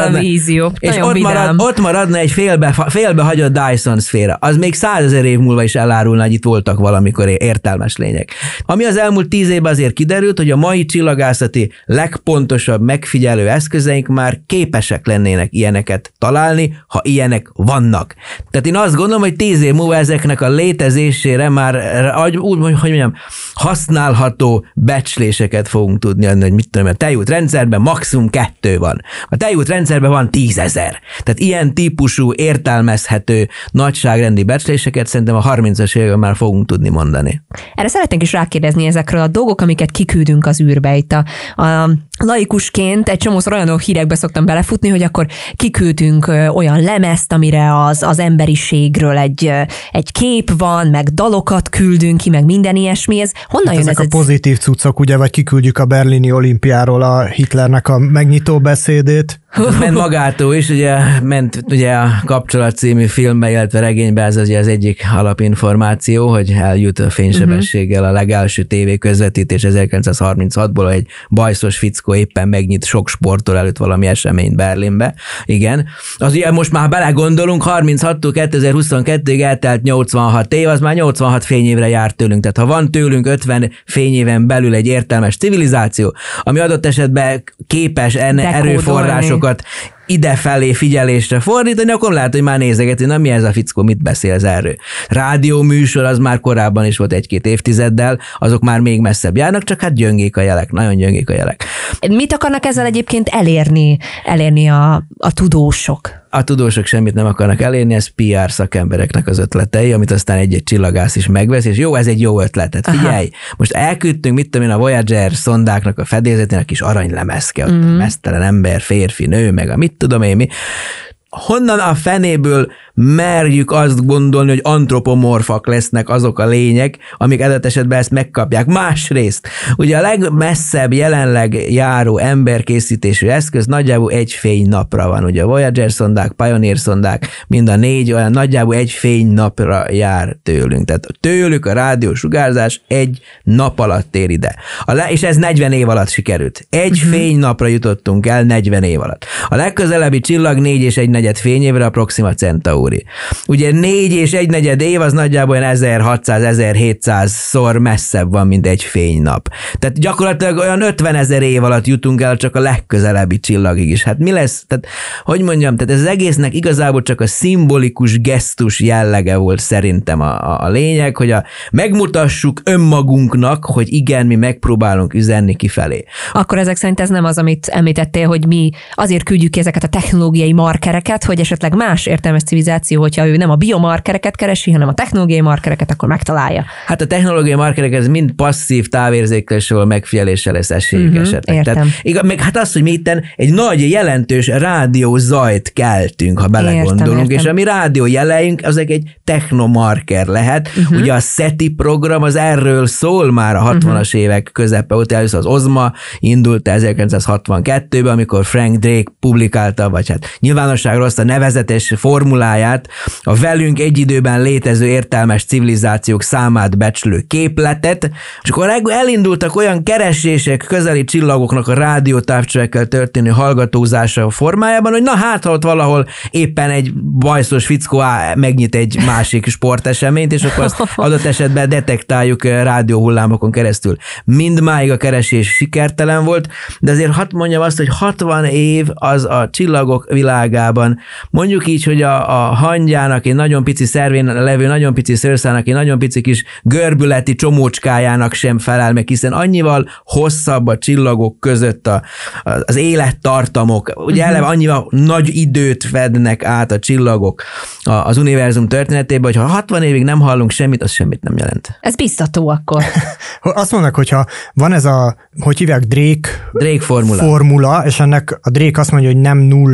maradna, vízió. és ott, marad, ott maradna egy félbe, félbehagyott Dyson szféra. Az még százezer év múlva is elárulna, hogy itt voltak valamikor értelmes lények. Ami az elmúlt tíz évben azért kiderült, hogy a mai csillagászati legpontosabb megfigyelő eszközeink már képesek lennének ilyeneket találni, ha ilyenek vannak. Tehát én azt gondolom, hogy tíz év múlva ezeknek a létezésére már úgy, hogy mondjam, használható becsléseket fogunk tudni adni, hogy mit tudom, a tejútrendszerben maximum kettő van. A tejútrendszerben van tízezer. Tehát ilyen típusú értelmezhető nagyságrendi becsléseket szerintem a harmincas években már fogunk tudni mondani. Erre szeretnénk is rákérdezni ezekről a dolgok, amiket kiküldünk az űrbe. Itt a, a laikusként egy csomószor olyan hírekbe szoktam belefutni, hogy akkor kiküldtünk olyan lemezt, amire az, az emberiségről egy, egy kép van, meg dalokat küldünk ki, meg minden ilyesmi. Ez honnan hát jön ezek ez? a pozitív cuccok, ugye, vagy kiküldjük a berlini olimpiáról a Hitlernek a megnyitó beszédét. Ment magától is, ugye ment ugye a Kapcsolat című filmbe, illetve regénybe, ez ugye az egyik alapinformáció, hogy eljut a fénysebességgel a legelső tévé közvetítés ezerkilencszázharminchatból, egy bajszos fickó éppen megnyit sok sporttól előtt valami eseményt Berlinbe. Igen. Az ugye most már belegondolunk, harminchattól kétezer-huszonkettőig eltelt nyolcvanhat év, az már nyolcvanhat fényévre jár tőlünk. Tehát ha van tőlünk ötven fényéven belül egy értelmes civilizáció, ami adott esetben képes enne erőforrások idefelé figyelésre fordítani, akkor lehet, hogy már nézegeti, na mi ez a fickó, mit beszélsz erről. Rádióműsor az már korábban is volt egy-két évtizeddel, azok már még messzebb járnak, csak hát gyöngék a jelek, nagyon gyöngék a jelek. Mit akarnak ezzel egyébként elérni, elérni a, a tudósok? A tudósok semmit nem akarnak elérni, ez pé er szakembereknek az ötletei, amit aztán egy-egy csillagász is megvesz, és jó, ez egy jó ötlet. Figyelj, aha, most elküldtünk, mit tudom én, a Voyager szondáknak a fedélzetének kis aranylemezke, ott mm. a meztelen ember, férfi, nő, meg a mit tudom én mi. Honnan a fenéből merjük azt gondolni, hogy antropomorfak lesznek azok a lények, amik adott esetben ezt megkapják. Másrészt, ugye a legmesszebb jelenleg járó emberkészítésű eszköz nagyjából egy fénynapra van. Ugye a Voyager szondák, Pioneer szondák, mind a négy olyan nagyjából egy fénynapra jár tőlünk. Tehát tőlük a rádiósugárzás egy nap alatt ér ide. A le- és ez negyven év alatt sikerült. Egy uh-huh. fénynapra jutottunk el negyven év alatt. A legközelebbi csillag négy és egy negyed fényévre a Proxima Centauri. Ugye négy és egy negyed év az nagyjából ezerhatszáz-ezerhétszáz-szor messzebb van, mint egy fénynap. Tehát gyakorlatilag olyan ötvenezer év alatt jutunk el csak a legközelebbi csillagig is. Hát mi lesz? Tehát, hogy mondjam, tehát ez az egésznek igazából csak a szimbolikus gesztus jellege volt szerintem a, a, a lényeg, hogy a, megmutassuk önmagunknak, hogy igen, mi megpróbálunk üzenni kifelé. Akkor ezek szerint ez nem az, amit említettél, hogy mi azért küldjük ki ezeket a technológiai markereket, hogy esetleg más értelmes civilizáció, hogyha ő nem a biomarkereket keresi, hanem a technológiai markereket, akkor megtalálja. Hát a technológiai markerek ez mind passzív távérzékelésről megfigyeléssel lesz esélyük uh-huh, esetleg. értem. Tehát, igaz, meg hát az, hogy mi itten egy nagy, jelentős rádiózajt keltünk, ha belegondolunk, értem, és értem. A mi rádió jeleink, azok egy technomarker lehet. Uh-huh. Ugye a SETI program az erről szól már a hatvanas uh-huh. évek közepe óta, először az OZMA indult ezerkilencszázhatvankettőben, amikor Frank Drake publikálta, vagy hát nyilvánosságra azt a nevezetes formuláját, a velünk egy időben létező értelmes civilizációk számát becslő képletet, és akkor elindultak olyan keresések közeli csillagoknak a rádiótávcsövekkel történő hallgatózása formájában, hogy na hát, ha ott valahol éppen egy bajszos fickó á, megnyit egy másik sporteseményt, és akkor azt adott esetben detektáljuk rádióhullámokon keresztül. Mindmáig a keresés sikertelen volt, de azért hadd mondjam azt, hogy hatvan év az a csillagok világában, mondjuk így, hogy a, a hangyának egy nagyon pici szervén levő, nagyon pici szőrszának egy nagyon pici kis görbületi csomócskájának sem felel meg, hiszen annyival hosszabb a csillagok között a, az élettartamok, ugye uh-huh. eleve annyival nagy időt fednek át a csillagok az univerzum történetében, hogy ha hatvan évig nem hallunk semmit, az semmit nem jelent. Ez biztató akkor. Azt mondnak, hogyha van ez a, hogy hívják, Drake, Drake formula. formula, és ennek a Drake azt mondja, hogy nem nulla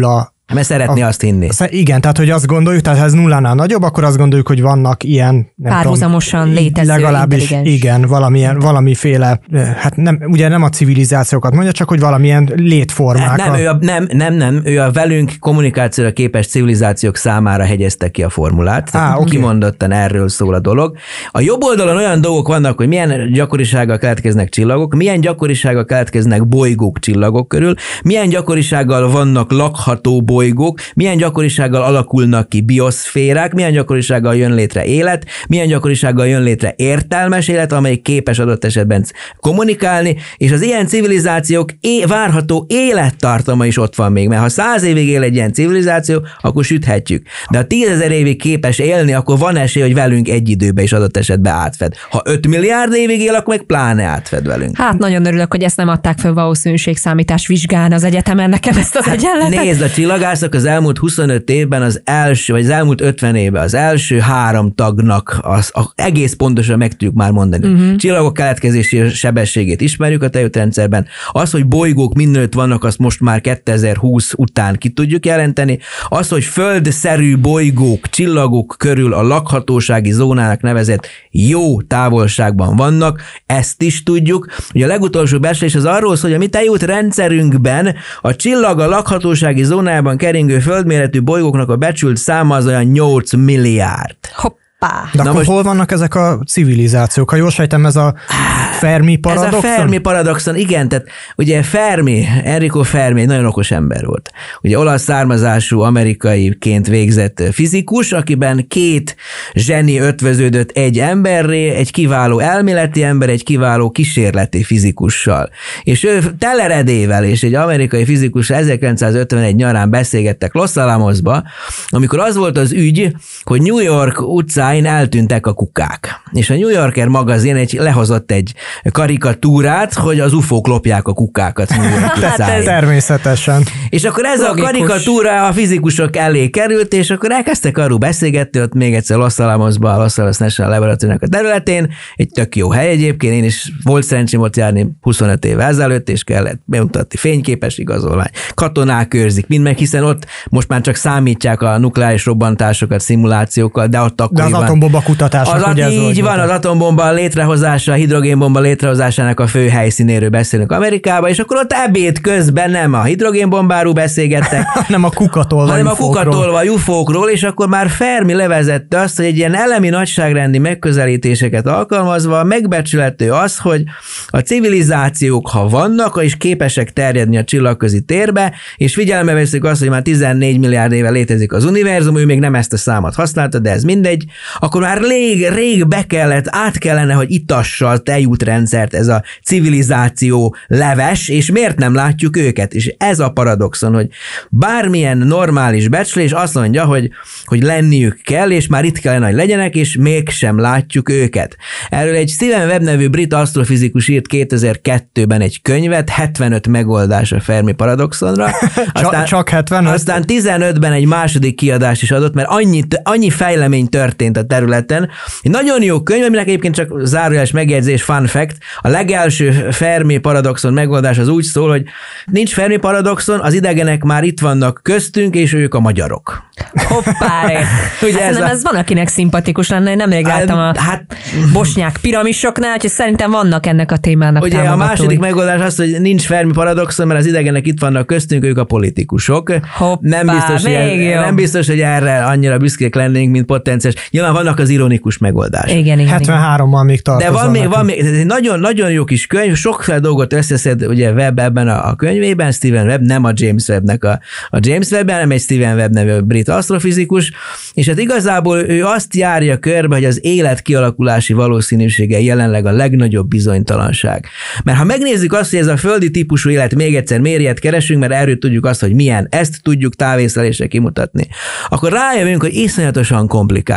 Mert szeretné a, azt hinni. Igen, tehát hogy azt gondoljuk, tehát ha ez nullánál nagyobb, akkor azt gondoljuk, hogy vannak ilyen párhuzamosan tudom, létező legalábbis igen, valamilyen, valamiféle, hát nem, ugye nem a civilizációkat mondja, csak hogy valamilyen létformák. Nem, ő a, nem, nem, nem, ő a velünk kommunikációra képes civilizációk számára hegyezte ki a formulát. Á, okay. Kimondottan erről szól a dolog. A jobb oldalon olyan dolgok vannak, hogy milyen gyakorisággal keletkeznek csillagok, milyen gyakorisággal keletkeznek bolygók csillagok körül, milyen gyakorisággal vannak lakható bolygók, milyen gyakorisággal alakulnak ki bioszférák, milyen gyakorisággal jön létre élet, milyen gyakorisággal jön létre értelmes élet, amelyik képes adott esetben kommunikálni, és az ilyen civilizációk é- várható élettartama is ott van még, mert ha száz évig él egy ilyen civilizáció, akkor süthetjük. De ha tízezer évig képes élni, akkor van esély, hogy velünk egy időben is adott esetben átfed. Ha öt milliárd évig él, akkor meg pláne átfed velünk. Hát nagyon örülök, hogy ezt nem adták fel valószínűségszámítás vizsgán az egyetemen nekem ezt az egyenletet. Nézd, a csillagászok az elmúlt huszonöt évben az első, vagy az elmúlt ötven évben az első három tagnak az, az egész pontosan meg tudjuk már mondani. Uh-huh. Csillagok keletkezési sebességét ismerjük a tejútrendszerben. Az, hogy bolygók mindenütt vannak, azt most már kétezer-húsz után ki tudjuk jelenteni. Az, hogy földszerű bolygók, csillagok körül a lakhatósági zónának nevezett jó távolságban vannak, ezt is tudjuk. Ugye a legutolsó becslés az arról szól, hogy a mi tejútrendszerünkben a csillag a lakhatósági zónában keringő földméretű bolygóknak a becsült száma az olyan nyolc milliárd. Hopp. De akkor most hol vannak ezek a civilizációk? Ha jól sejtem, ez a Fermi paradoxon? Ez a Fermi paradoxon, igen, tehát ugye Fermi, Enrico Fermi egy nagyon okos ember volt. Ugye olasz származású amerikaiként végzett fizikus, akiben két zseni ötvöződött egy emberré, egy kiváló elméleti ember, egy kiváló kísérleti fizikussal. És ő teleredével és egy amerikai fizikus ezerkilencszázötvenegy nyarán beszélgettek Los Alamosba, amikor az volt az ügy, hogy New York utcán eltűntek a kukák. És a New Yorker magazin egy, lehozott egy karikatúrát, hogy az ufók lopják a kukákat New York utcáin. Természetesen. És akkor ez Logikus. A karikatúra a fizikusok elé került, és akkor elkezdtek arról beszélgetni, ott még egyszer Los Alamosban, a Los Alamos National Laboratory-nak a területén, egy tök jó hely egyébként, én is volt szerencsém ott járni huszonöt éve ezelőtt, és kellett bemutatni fényképes igazolvány. Katonák őrzik, mind meg, hiszen ott most már csak számítják a nukleáris robbantásokat szimulációkkal, de ott akkor az atombomba kutatások, az, ugye ez így van, az atombomba létrehozása, a hidrogénbomba létrehozásának a fő helyszínéről beszélünk Amerikába, és akkor ott ebéd közben nem a hidrogénbombáról beszélgettek, hanem a kukatolva hanem a kukatolva ufókról, és akkor már Fermi levezette azt, hogy egy ilyen elemi nagyságrendi megközelítéseket alkalmazva megbecsülhető az, hogy a civilizációk, ha vannak, és képesek terjedni a csillagközi térbe, és figyelembe veszük azt, hogy már tizennégy milliárd éve létezik az univerzum, ő még nem ezt a számot használta, de ez mindegy, akkor már rég, rég be kellett, át kellene, hogy itassa a tejútrendszert ez a civilizáció leves, és miért nem látjuk őket? És ez a paradoxon, hogy bármilyen normális becslés azt mondja, hogy, hogy lenniük kell, és már itt kellene, hogy legyenek, és mégsem látjuk őket. Erről egy Steven Webb nevű brit asztrofizikus írt kétezer-kettőben egy könyvet, hetvenöt megoldás a Fermi paradoxonra. Aztán, csak hetvenöt? Aztán tizenötben egy második kiadást is adott, mert annyi, annyi fejlemény történt a területen. Egy nagyon jó könyv, aminek egyébként csak zárójeles megjegyzés, fun fact, a legelső Fermi paradoxon megoldás az úgy szól, hogy nincs Fermi paradoxon, az idegenek már itt vannak köztünk, és ők a magyarok. Hoppá! Ugye hát ez, a... ez van, akinek szimpatikus lenne, én nemrég láttam a hát, bosnyák piramisoknál, úgyhogy szerintem vannak ennek a témának ugye támogatói. A második megoldás az, hogy nincs Fermi paradoxon, mert az idegenek itt vannak köztünk, ők a politikusok. Hoppá, nem, biztos, hogy erre, nem biztos, hogy erre annyira büszkék lennénk, mint potenciális. Nyilván vannak az ironikus megoldás. Igen, igen, hetvenhárommal még tartozom. De van még, van még, ez egy nagyon, nagyon jó kis könyv, sokféle dolgot összeszed, ugye Webb ebben a, a könyvében, Steven Webb, nem a James Webbnek a, a James Webb, hanem egy Steven Webb nevű brit asztrofizikus, és hát igazából ő azt járja körbe, hogy az élet kialakulási valószínűsége jelenleg a legnagyobb bizonytalanság. Mert ha megnézzük azt, hogy ez a földi típusú élet, még egyszer mérjet keresünk, mert erről tudjuk azt, hogy milyen, ezt tudjuk távészlelésre kimutatni, akkor rájövünk, hogy iszonyatosan komplikált a dolog.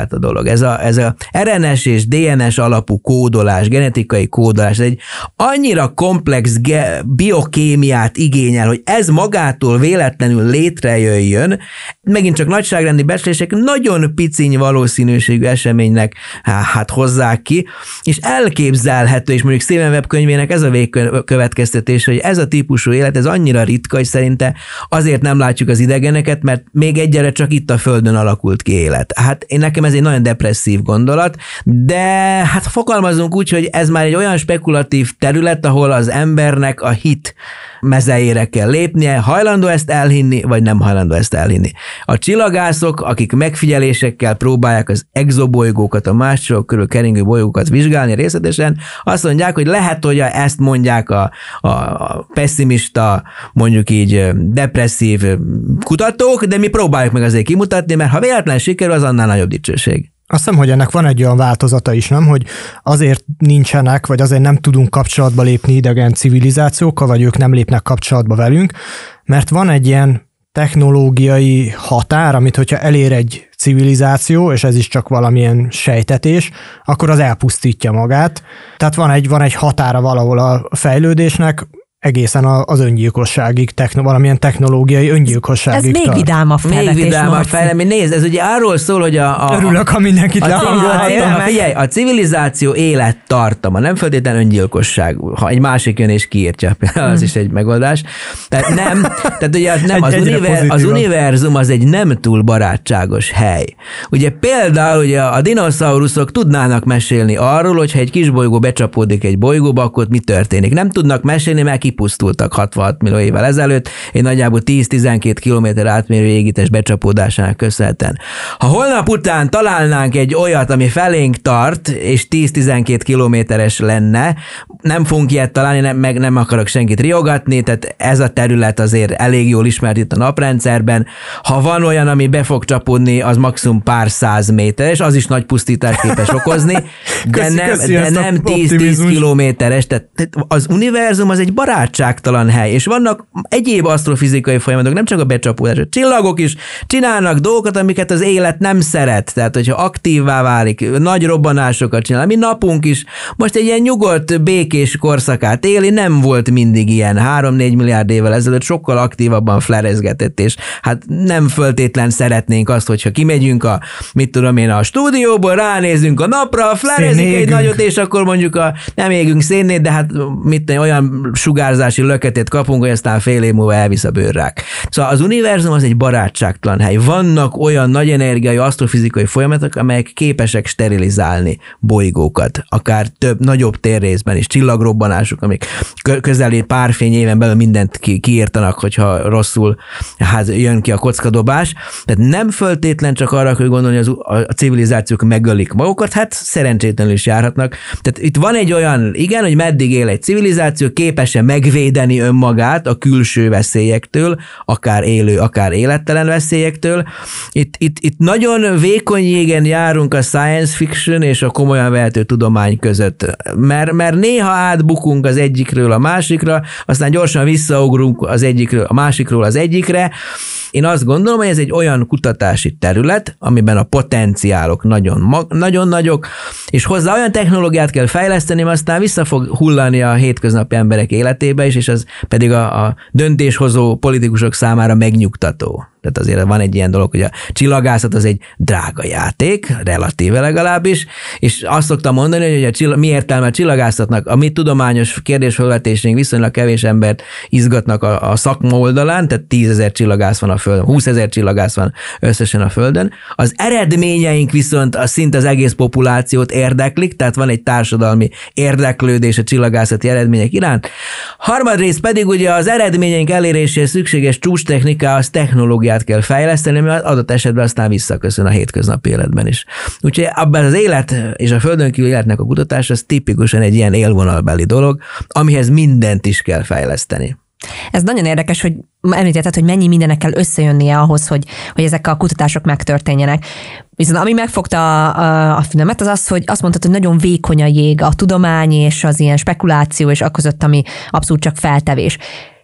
dolog. Ez a, ez a er en es és dé en es alapú kódolás, genetikai kódolás, ez egy annyira komplex ge- biokémiát igényel, hogy ez magától véletlenül létrejöjjön, megint csak nagyságrendi becslések nagyon piciny valószínűségű eseménynek hát hozzák ki, és elképzelhető, és mondjuk Steven Webb könyvének ez a végkövetkeztetés, hogy ez a típusú élet, ez annyira ritka, és szerinte azért nem látjuk az idegeneket, mert még egyre csak itt a Földön alakult ki élet. Hát én nekem ez egy nagyon depresszív gondolat, de hát fogalmazunk úgy, hogy ez már egy olyan spekulatív terület, ahol az embernek a hit mezejére kell lépnie, hajlandó ezt elhinni, vagy nem hajlandó ezt elhinni. A csillagászok, akik megfigyelésekkel próbálják az exobolygókat, a más csillagok körül keringő bolygókat vizsgálni részletesen, azt mondják, hogy lehet, hogy ezt mondják a, a, a pessimista, mondjuk így depresszív kutatók, de mi próbáljuk meg azért kimutatni, mert ha véletlen sikerül, az annál nagyobb dicsőség. Azt hiszem, hogy ennek van egy olyan változata is, nem, hogy azért nincsenek, vagy azért nem tudunk kapcsolatba lépni idegen civilizációkkal, vagy ők nem lépnek kapcsolatba velünk, mert van egy ilyen technológiai határ, amit hogyha elér egy civilizáció, és ez is csak valamilyen sejtetés, akkor az elpusztítja magát. Tehát van egy, van egy határa valahol a fejlődésnek, egészen az öngyilkosságig, techno, valamilyen technológiai öngyilkosságig. Ez még tart. vidámabb fejletés. Még vidámabb fejlemény. Nézd, ez ugye arról szól, hogy a... a Örülök, ha mindenkit lehangolhattam. Figyelj, a civilizáció élettartama, nem feltétlenül öngyilkosság. Ha egy másik jön és kiírtja, például az is egy megoldás. Tehát nem, tehát ugye nem, az, univer, az univerzum az egy nem túl barátságos hely. Ugye például ugye a dinoszauruszok tudnának mesélni arról, hogyha egy kis bolygó becsapódik egy bolygóba, akkor mi történik. Nem tudnak mesélni, mert kipusztultak hatvanhat millió évvel ezelőtt, egy nagyjából tíz-tizenkét kilométer átmérő égítés becsapódásának köszönhetően. Ha holnap után találnánk egy olyat, ami felénk tart, és tíz-tizenkét kilométeres lenne, nem fogunk ilyet találni, nem, meg nem akarok senkit riogatni, tehát ez a terület azért elég jól ismert itt a naprendszerben. Ha van olyan, ami be fog csapódni, az maximum pár száz méter, és az is nagy pusztítást képes okozni, de köszi, nem, köszi de nem tíz-tíz kilométeres, tehát az univerzum az egy barátságtalan hely, és vannak egyéb asztrofizikai folyamatok, nem csak a becsapódás, a csillagok is csinálnak dolgokat, amiket az élet nem szeret, tehát hogyha aktívvá válik, nagy robbanásokat csinál, mi napunk is most egy ilyen nyugodt, békés korszakát éli, nem volt mindig ilyen, három-négy milliárd évvel ezelőtt sokkal aktívabban flerezgetett, és hát nem föltétlen szeretnénk azt, hogyha kimegyünk a, mit tudom én, a stúdióból, ránézünk a napra, flerezik egy nagyot, és akkor mondjuk a, nem égünk szénnét, de hát mit olyan sugárzási löketét kapunk, hogy aztán fél év múlva elvisz a bőrrák. Szóval az univerzum az egy barátságtalan hely. Vannak olyan nagy energiai asztrofizikai folyamatok, amelyek képesek sterilizálni bolygókat, akár több, nagyobb térrészben is, csillagrobbanások, amik közeli pár fényéven belül mindent ki, kiírtanak, hogyha rosszul hát jön ki a kockadobás. Tehát nem föltétlen csak arra kell gondolni, hogy a civilizációk megölik magukat, hát szerencsétlenül is járhatnak. Tehát itt van egy olyan, igen, hogy meddig él egy civilizáció, képes-e megvédeni önmagát a külső veszélyektől, akár élő, akár élettelen veszélyektől. Itt, itt, itt nagyon vékony jégen járunk a science fiction és a komolyan vehető tudomány között, mert, mert néha átbukunk az egyikről a másikra, aztán gyorsan visszaugrunk az egyikről a másikról az egyikre. Én azt gondolom, hogy ez egy olyan kutatási terület, amiben a potenciálok nagyon, mag, nagyon nagyok, és hozzá olyan technológiát kell fejleszteni, mert aztán vissza fog hullani a hétköznapi emberek életébe is, és ez pedig a, a döntéshozó politikusok számára megnyugtató. Tehát azért van egy ilyen dolog, hogy a csillagászat az egy drága játék, relatíve legalábbis, és azt szoktam mondani, hogy a csillag, mi értelme a csillagászatnak, a mi tudományos kérdésfelvetésénk viszonylag kevés embert izgatnak a, a szakma oldalán, tehát tízezer csillagász van a Földön, húszezer csillagász van összesen a Földön. Az eredményeink viszont a szint az egész populációt érdeklik, tehát van egy társadalmi érdeklődés a csillagászati eredmények iránt. Harmadrészt pedig ugye az eredményeink eléréséhez szükséges csúcstechnika, az technológia kell fejleszteni, mert adott esetben aztán visszaköszön a hétköznapi életben is. Úgyhogy abban az élet és a földön kívül életnek a kutatás az tipikusan egy ilyen élvonalbeli dolog, amihez mindent is kell fejleszteni. Ez nagyon érdekes, hogy említetted, hogy mennyi mindennek kell összejönnie ahhoz, hogy, hogy ezek a kutatások megtörténjenek. Viszont ami megfogta a, a filmet, az az, hogy azt mondtad, hogy nagyon vékony a jég, a tudomány és az ilyen spekuláció és akközött, ami abszolút csak feltevés.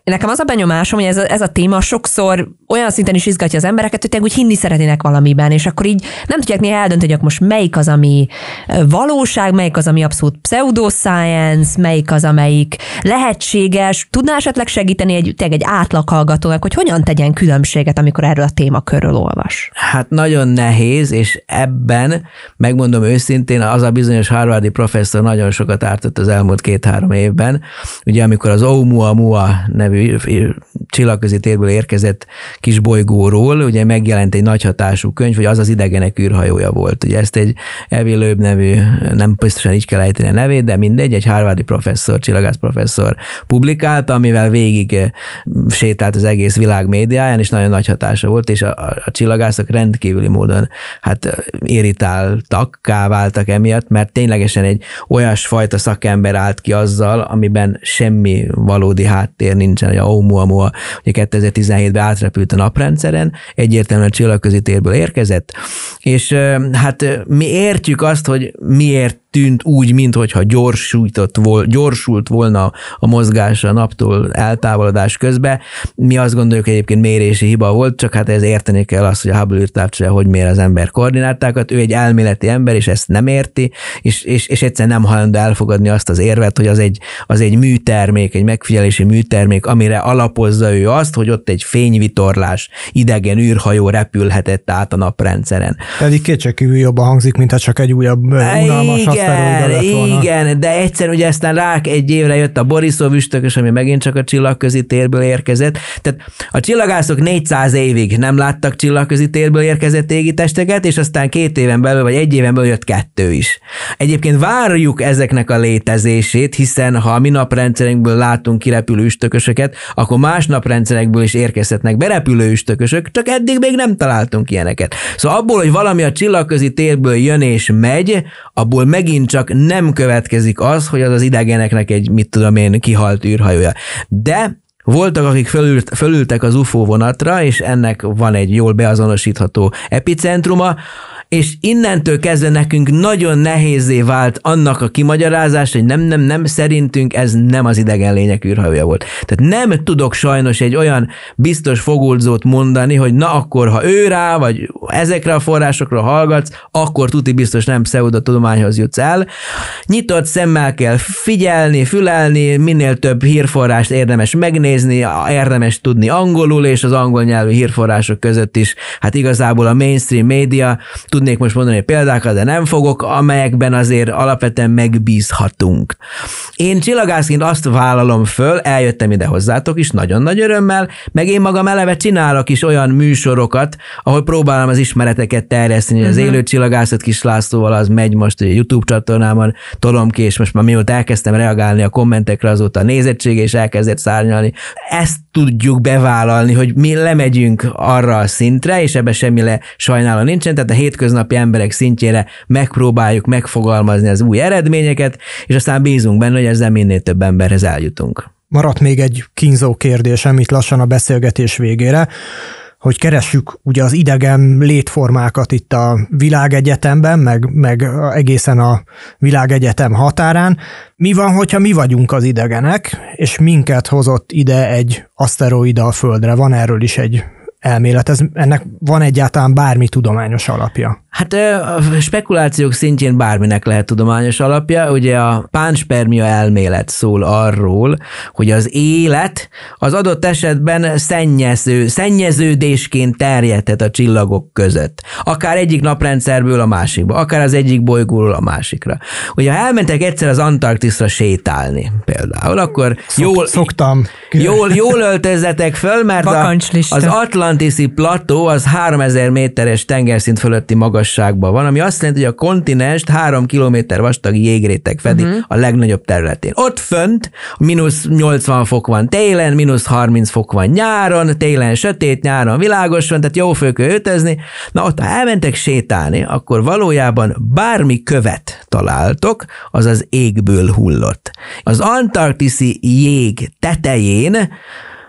Nekem az a benyomásom, hogy ez a, ez a téma sokszor olyan szinten is izgatja az embereket, hogy úgy hinni szeretnének valamiben, és akkor így nem tudják néha eldönteni, hogy most melyik az, ami valóság, melyik az, ami abszolút pseudoscience, melyik az, amelyik lehetséges. Tudná esetleg segíteni egy, egy átlaghallgatónak, hogy hogyan tegyen különbséget, amikor erről a témakörről olvas? Hát nagyon nehéz, és ebben, megmondom őszintén, az a bizonyos harvardi professzor nagyon sokat ártott az elmúlt két-három évben. Ugye amikor az Oumuamua nevű csillagközi térből érkezett kis bolygóról, ugye megjelent egy nagy hatású könyv, hogy az az idegenek űrhajója volt. Ugye ezt egy Avi Loeb nevű, nem biztosan így kell ejteni a nevét, de mindegy, egy harvardi professzor, csillagász professzor publikálta, amivel végig sétált az egész világ médiáján, és nagyon nagy hatása volt, és a, a, a csillagászok rendkívüli módon hát irritáltakká váltak emiatt, mert ténylegesen egy olyasfajta szakember állt ki azzal, amiben semmi valódi háttér nincsen, hogy a Oumuamua ugye kétezer-tizenhétben átrepült a naprendszeren, egyértelműen a csillagközi térből érkezett, és hát mi értjük azt, hogy miért tűnt úgy, minthogyha gyorsult, vol, gyorsult volna a mozgás a naptól eltávolodás közben. Mi azt gondoljuk, hogy egyébként mérési hiba volt, csak hát ez érteni kell azt, hogy a Hubble űrtávcsője hogy mér az ember koordinátákat. Ő egy elméleti ember, és ezt nem érti, és, és, és egyszerűen nem hajlandó elfogadni azt az érvet, hogy az egy, az egy műtermék, egy megfigyelési műtermék, amire alapozza ő azt, hogy ott egy fényvitorlás idegen űrhajó repülhetett át a naprendszeren. Pedig kétségkívül jobban hangzik, mintha csak egy újabb unalmas Igen, igen, de egyszer ugye aztán rá egy évre jött a Borisov üstökös, ami megint csak a csillagközi térből érkezett. Tehát a csillagászok négyszáz évig nem láttak csillagközi térből érkezett égitesteket, és aztán két éven belül, vagy egy éven belül jött kettő is. Egyébként várjuk ezeknek a létezését, hiszen ha a mi naprendszerünkből látunk kirepülő üstökösöket, akkor más naprendszerekből is érkezhetnek berepülő üstökösök, csak eddig még nem találtunk ilyeneket. Szóval abból, hogy valami a csillagközi térből jön és megy, abból megint csak nem következik az, hogy az az idegeneknek egy, mit tudom én, kihalt űrhajója. De voltak, akik fölült, fölültek az u f o vonatra, és ennek van egy jól beazonosítható epicentruma, és innentől kezdve nekünk nagyon nehézzé vált annak a kimagyarázása, hogy nem, nem, nem, szerintünk ez nem az idegen lények űrhajója volt. Tehát nem tudok sajnos egy olyan biztos fogulzót mondani, hogy na akkor, ha ő rá, vagy ezekre a forrásokra hallgatsz, akkor tuti biztos nem pseudotudományhoz jutsz el. Nyitott szemmel kell figyelni, fülelni, minél több hírforrást érdemes megnézni, érdemes tudni angolul, és az angol nyelvű hírforrások között is, hát igazából a mainstream média, tudnék most mondani példákat, de nem fogok, amelyekben azért alapvetően megbízhatunk. Én csillagászként azt vállalom föl, eljöttem ide hozzátok is, nagyon nagy örömmel, meg én magam eleve csinálok is olyan műsorokat, ahol próbálom az ismereteket terjeszteni, uh-huh. Az élő csillagászat Kis Lászlóval az megy most a YouTube csatornámon, tolom ki, és most már mióta elkezdtem reagálni a kommentekre, azóta a nézettsége is elkezdett szárnyalni. Ezt tudjuk bevállalni, hogy mi lemegyünk arra a szintre, és ebben semmi le sajnáló nincsen, tehát a hétköznapi emberek szintjére megpróbáljuk megfogalmazni az új eredményeket, és aztán bízunk benne, hogy ezzel minél több emberhez eljutunk. Maradt még egy kínzó kérdésem itt lassan a beszélgetés végére, hogy keressük ugye az idegen létformákat itt a világegyetemben, meg, meg egészen a világegyetem határán. Mi van, hogyha mi vagyunk az idegenek, és minket hozott ide egy aszteroida a Földre? Van erről is egy elmélet. Ez, ennek van egyáltalán bármi tudományos alapja? Hát a spekulációk szintjén bárminek lehet tudományos alapja. Ugye a pánspermia elmélet szól arról, hogy az élet az adott esetben szennyező, szennyeződésként terjedhet a csillagok között. Akár egyik naprendszerből a másikba, akár az egyik bolygóról a másikra. Ugye ha elmentek egyszer az Antarktiszra sétálni például, akkor Szok, jól, szoktam. Jól, jól öltözzetek föl, mert a, az Atlantiszi plató az háromezer méteres tengerszint fölötti magasságban van, ami azt jelenti, hogy a kontinenst három kilométer vastag jégréteg fedi uh-huh. a legnagyobb területén. Ott fönt mínusz nyolcvan fok van télen, mínusz harminc fok van nyáron, télen sötét, nyáron világos van, tehát jó föl kell öltözni. Na ott, ha elmentek sétálni, akkor valójában bármi követ találtok, az az égből hullott. Az antarktiszi jég tetején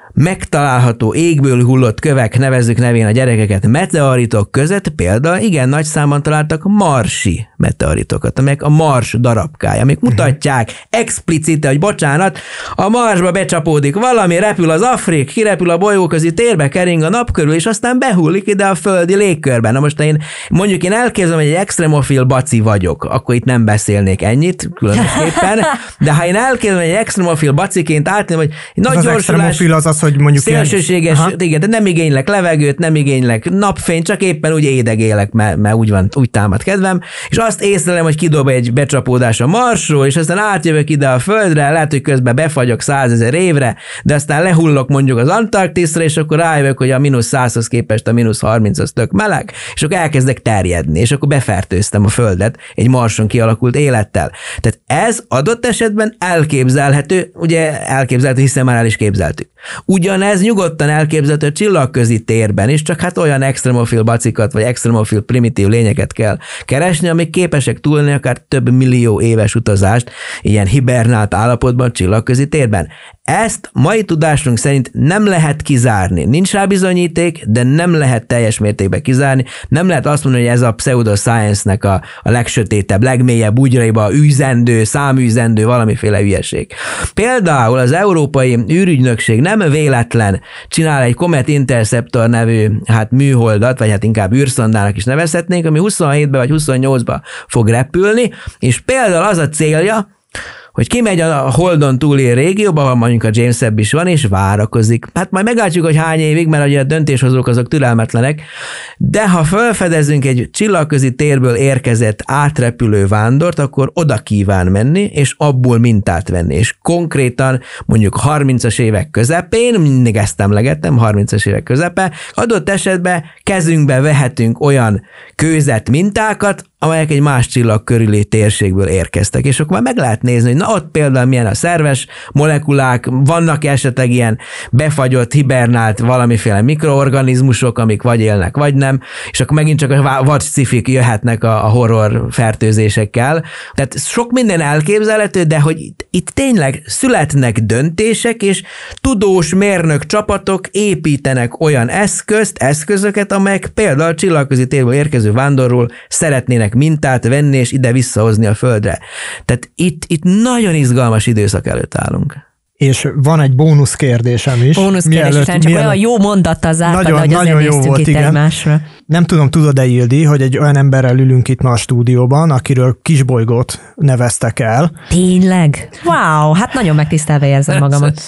megtalálható égből hullott kövek, nevezzük nevén a gyerekeket, meteoritok között például igen nagy számban találtak marsi meteoritokat, amelyek a Mars darabkája, amik mutatják explicite, hogy bocsánat, a Marsba becsapódik valami, repül az Afrik, kirepül a bolygóközi térbe, kering a nap körül, és aztán behullik ide a földi légkörben. Na most én mondjuk én elképzelem, hogy egy extremofil baci vagyok, akkor itt nem beszélnék ennyit különösképpen, de ha én elképzelem, hogy egy extremofil baciként átni, hogy nagy az gyorsulás, az az, hogy mondjuk szélsőséges, ilyen... igen, de nem igénylek levegőt, nem igénylek napfényt, csak éppen úgy édegélek, mert, mert úgy van, úgy támad kedvem, és azt észlelem, hogy kidob egy becsapódás a Marsról, és aztán átjövök ide a Földre, lehet, hogy közben befagyok százezer évre, de aztán lehullok mondjuk az Antarktiszra, és akkor rájövök, hogy a mínusz százhoz képest a mínusz harminc az tök meleg, és akkor elkezdek terjedni, és akkor befertőztem a Földet egy Marson kialakult élettel. Tehát ez adott esetben elképzelhető, ugye elképzelhető, hiszen már el is képzeltük. Ugyanez nyugodtan elképzelhető a csillagközi térben is, csak hát olyan extremofil bacikat, vagy extremofil primitív lényeket kell keresni, amik képesek túlélni akár több millió éves utazást ilyen hibernált állapotban a csillagközi térben. Ezt mai tudásunk szerint nem lehet kizárni. Nincs rá bizonyíték, de nem lehet teljes mértékben kizárni. Nem lehet azt mondani, hogy ez a pseudoscience-nek a, a legsötétebb, legmélyebb bugyraiba üzendő, száműzendő valamiféle hülyeség. Például az Európai űrügynökség nem véletlen csinál egy Comet Interceptor nevű hát műholdat, vagy hát inkább űrszondának is nevezhetnénk, ami huszonhétben vagy huszonnyolcban fog repülni, és például az a célja, hogy kimegy a Holdon túli régióba, ahol mondjuk a James Webb is van, és várakozik. Hát majd meglátjuk, hogy hány évig, mert ugye a döntéshozók azok türelmetlenek, de ha felfedezünk egy csillagközi térből érkezett átrepülő vándort, akkor oda kíván menni, és abból mintát venni. És konkrétan mondjuk harmincas évek közepén, mindig ezt emlegettem, harmincas évek közepe, adott esetben kezünkbe vehetünk olyan kőzet mintákat, amelyek egy más csillag körüli térségből érkeztek, és akkor már meg lehet nézni, hogy na ott például milyen a szerves molekulák, vannak esetleg ilyen befagyott, hibernált valamiféle mikroorganizmusok, amik vagy élnek, vagy nem, és akkor megint csak a vadsci-fik jöhetnek a horror fertőzésekkel. Tehát sok minden elképzelhető, de hogy itt, itt tényleg születnek döntések, és tudós mérnök csapatok építenek olyan eszközt, eszközöket, amelyek például a csillagközi térből érkező vándorról szeretnének mintát venni, és ide visszahozni a Földre. Tehát itt, itt nagyon izgalmas időszak előtt állunk. És van egy bónusz kérdésem is. Bónusz kérdés, csak mielőtt... olyan jó mondattal zártad, nagyon, hogy azért néztünk volt, itt igen. egymásra. Nem tudom, tudod-e, Ildi, hogy egy olyan emberrel ülünk itt ma a stúdióban, akiről kisbolygót neveztek el. Tényleg? Wow, hát nagyon megtisztelve érzem magamat.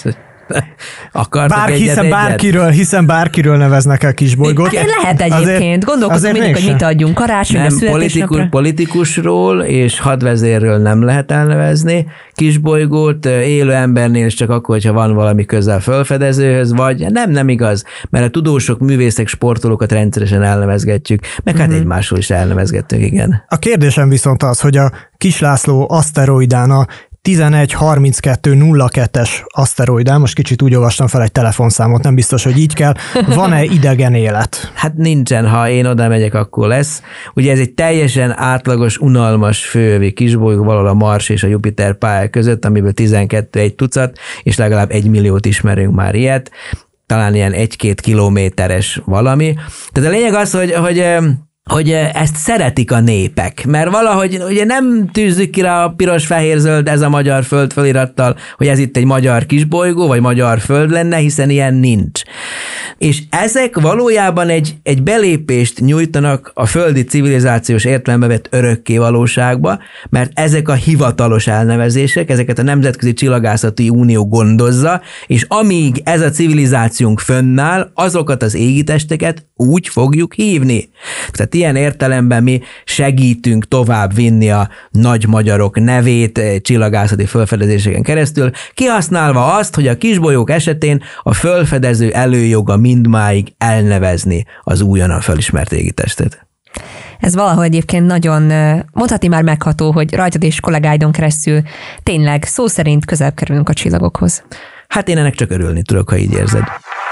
Bár, egyet, hiszen, bárkiről, hiszen bárkiről neveznek el kisbolygót. Hát lehet egyébként. Gondolkodunk mindig, hogy mit adjunk karácsonyra, születésnapra. Politikus, politikusról és hadvezérről nem lehet elnevezni kisbolygót, élő embernél csak akkor, hogyha van valami közel felfedezőhöz, vagy nem, nem igaz, mert a tudósok, művészek, sportolókat rendszeresen elnevezgetjük, meg hát mm-hmm. egymásról is elnevezgettünk, igen. A kérdésem viszont az, hogy a Kiss László aszteroidán a tizenegy harminckettő nulla kettes aszteroidán, most kicsit úgy olvastam fel egy telefonszámot, nem biztos, hogy így kell. Van-e idegen élet? Hát nincsen, ha én oda megyek, akkor lesz. Ugye ez egy teljesen átlagos, unalmas főövi kisbolygó valahol a Mars és a Jupiter pálya között, amiből tizenkettő egy tucat, és legalább egy milliót ismerünk már ilyet. Talán ilyen egy-két kilométeres valami. Tehát a lényeg az, hogy, hogy hogy ezt szeretik a népek, mert valahogy ugye nem tűzzük ki rá a piros-fehér-zöld ez a magyar föld felirattal, hogy ez itt egy magyar kisbolygó, vagy magyar föld lenne, hiszen ilyen nincs. És ezek valójában egy, egy belépést nyújtanak a földi civilizációs értelembe vett örökké valóságba, mert ezek a hivatalos elnevezések, ezeket a Nemzetközi Csillagászati Unió gondozza, és amíg ez a civilizációnk fönnáll, azokat az égitesteket úgy fogjuk hívni. Tehát ilyen értelemben mi segítünk tovább vinni a nagy magyarok nevét csillagászati felfedezéseken keresztül, kihasználva azt, hogy a kisbolygók esetén a felfedező előjoga mindmáig elnevezni az újonnan felismert égitestet. Ez valahogy egyébként nagyon, mondhatni már megható, hogy rajtad és kollégáidon keresztül tényleg szó szerint közelebb kerülünk a csillagokhoz. Hát én ennek csak örülni tudok, ha így érzed.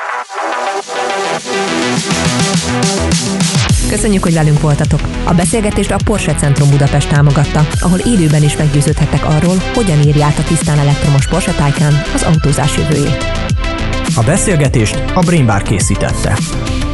Köszönjük, hogy velünk voltatok. A beszélgetést a Porsche Centrum Budapest támogatta, ahol élőben is meggyőződhettek arról, hogyan írja át a tisztán elektromos Porsche Taycan az autózás jövőjét. A beszélgetést a Brain Bar készítette.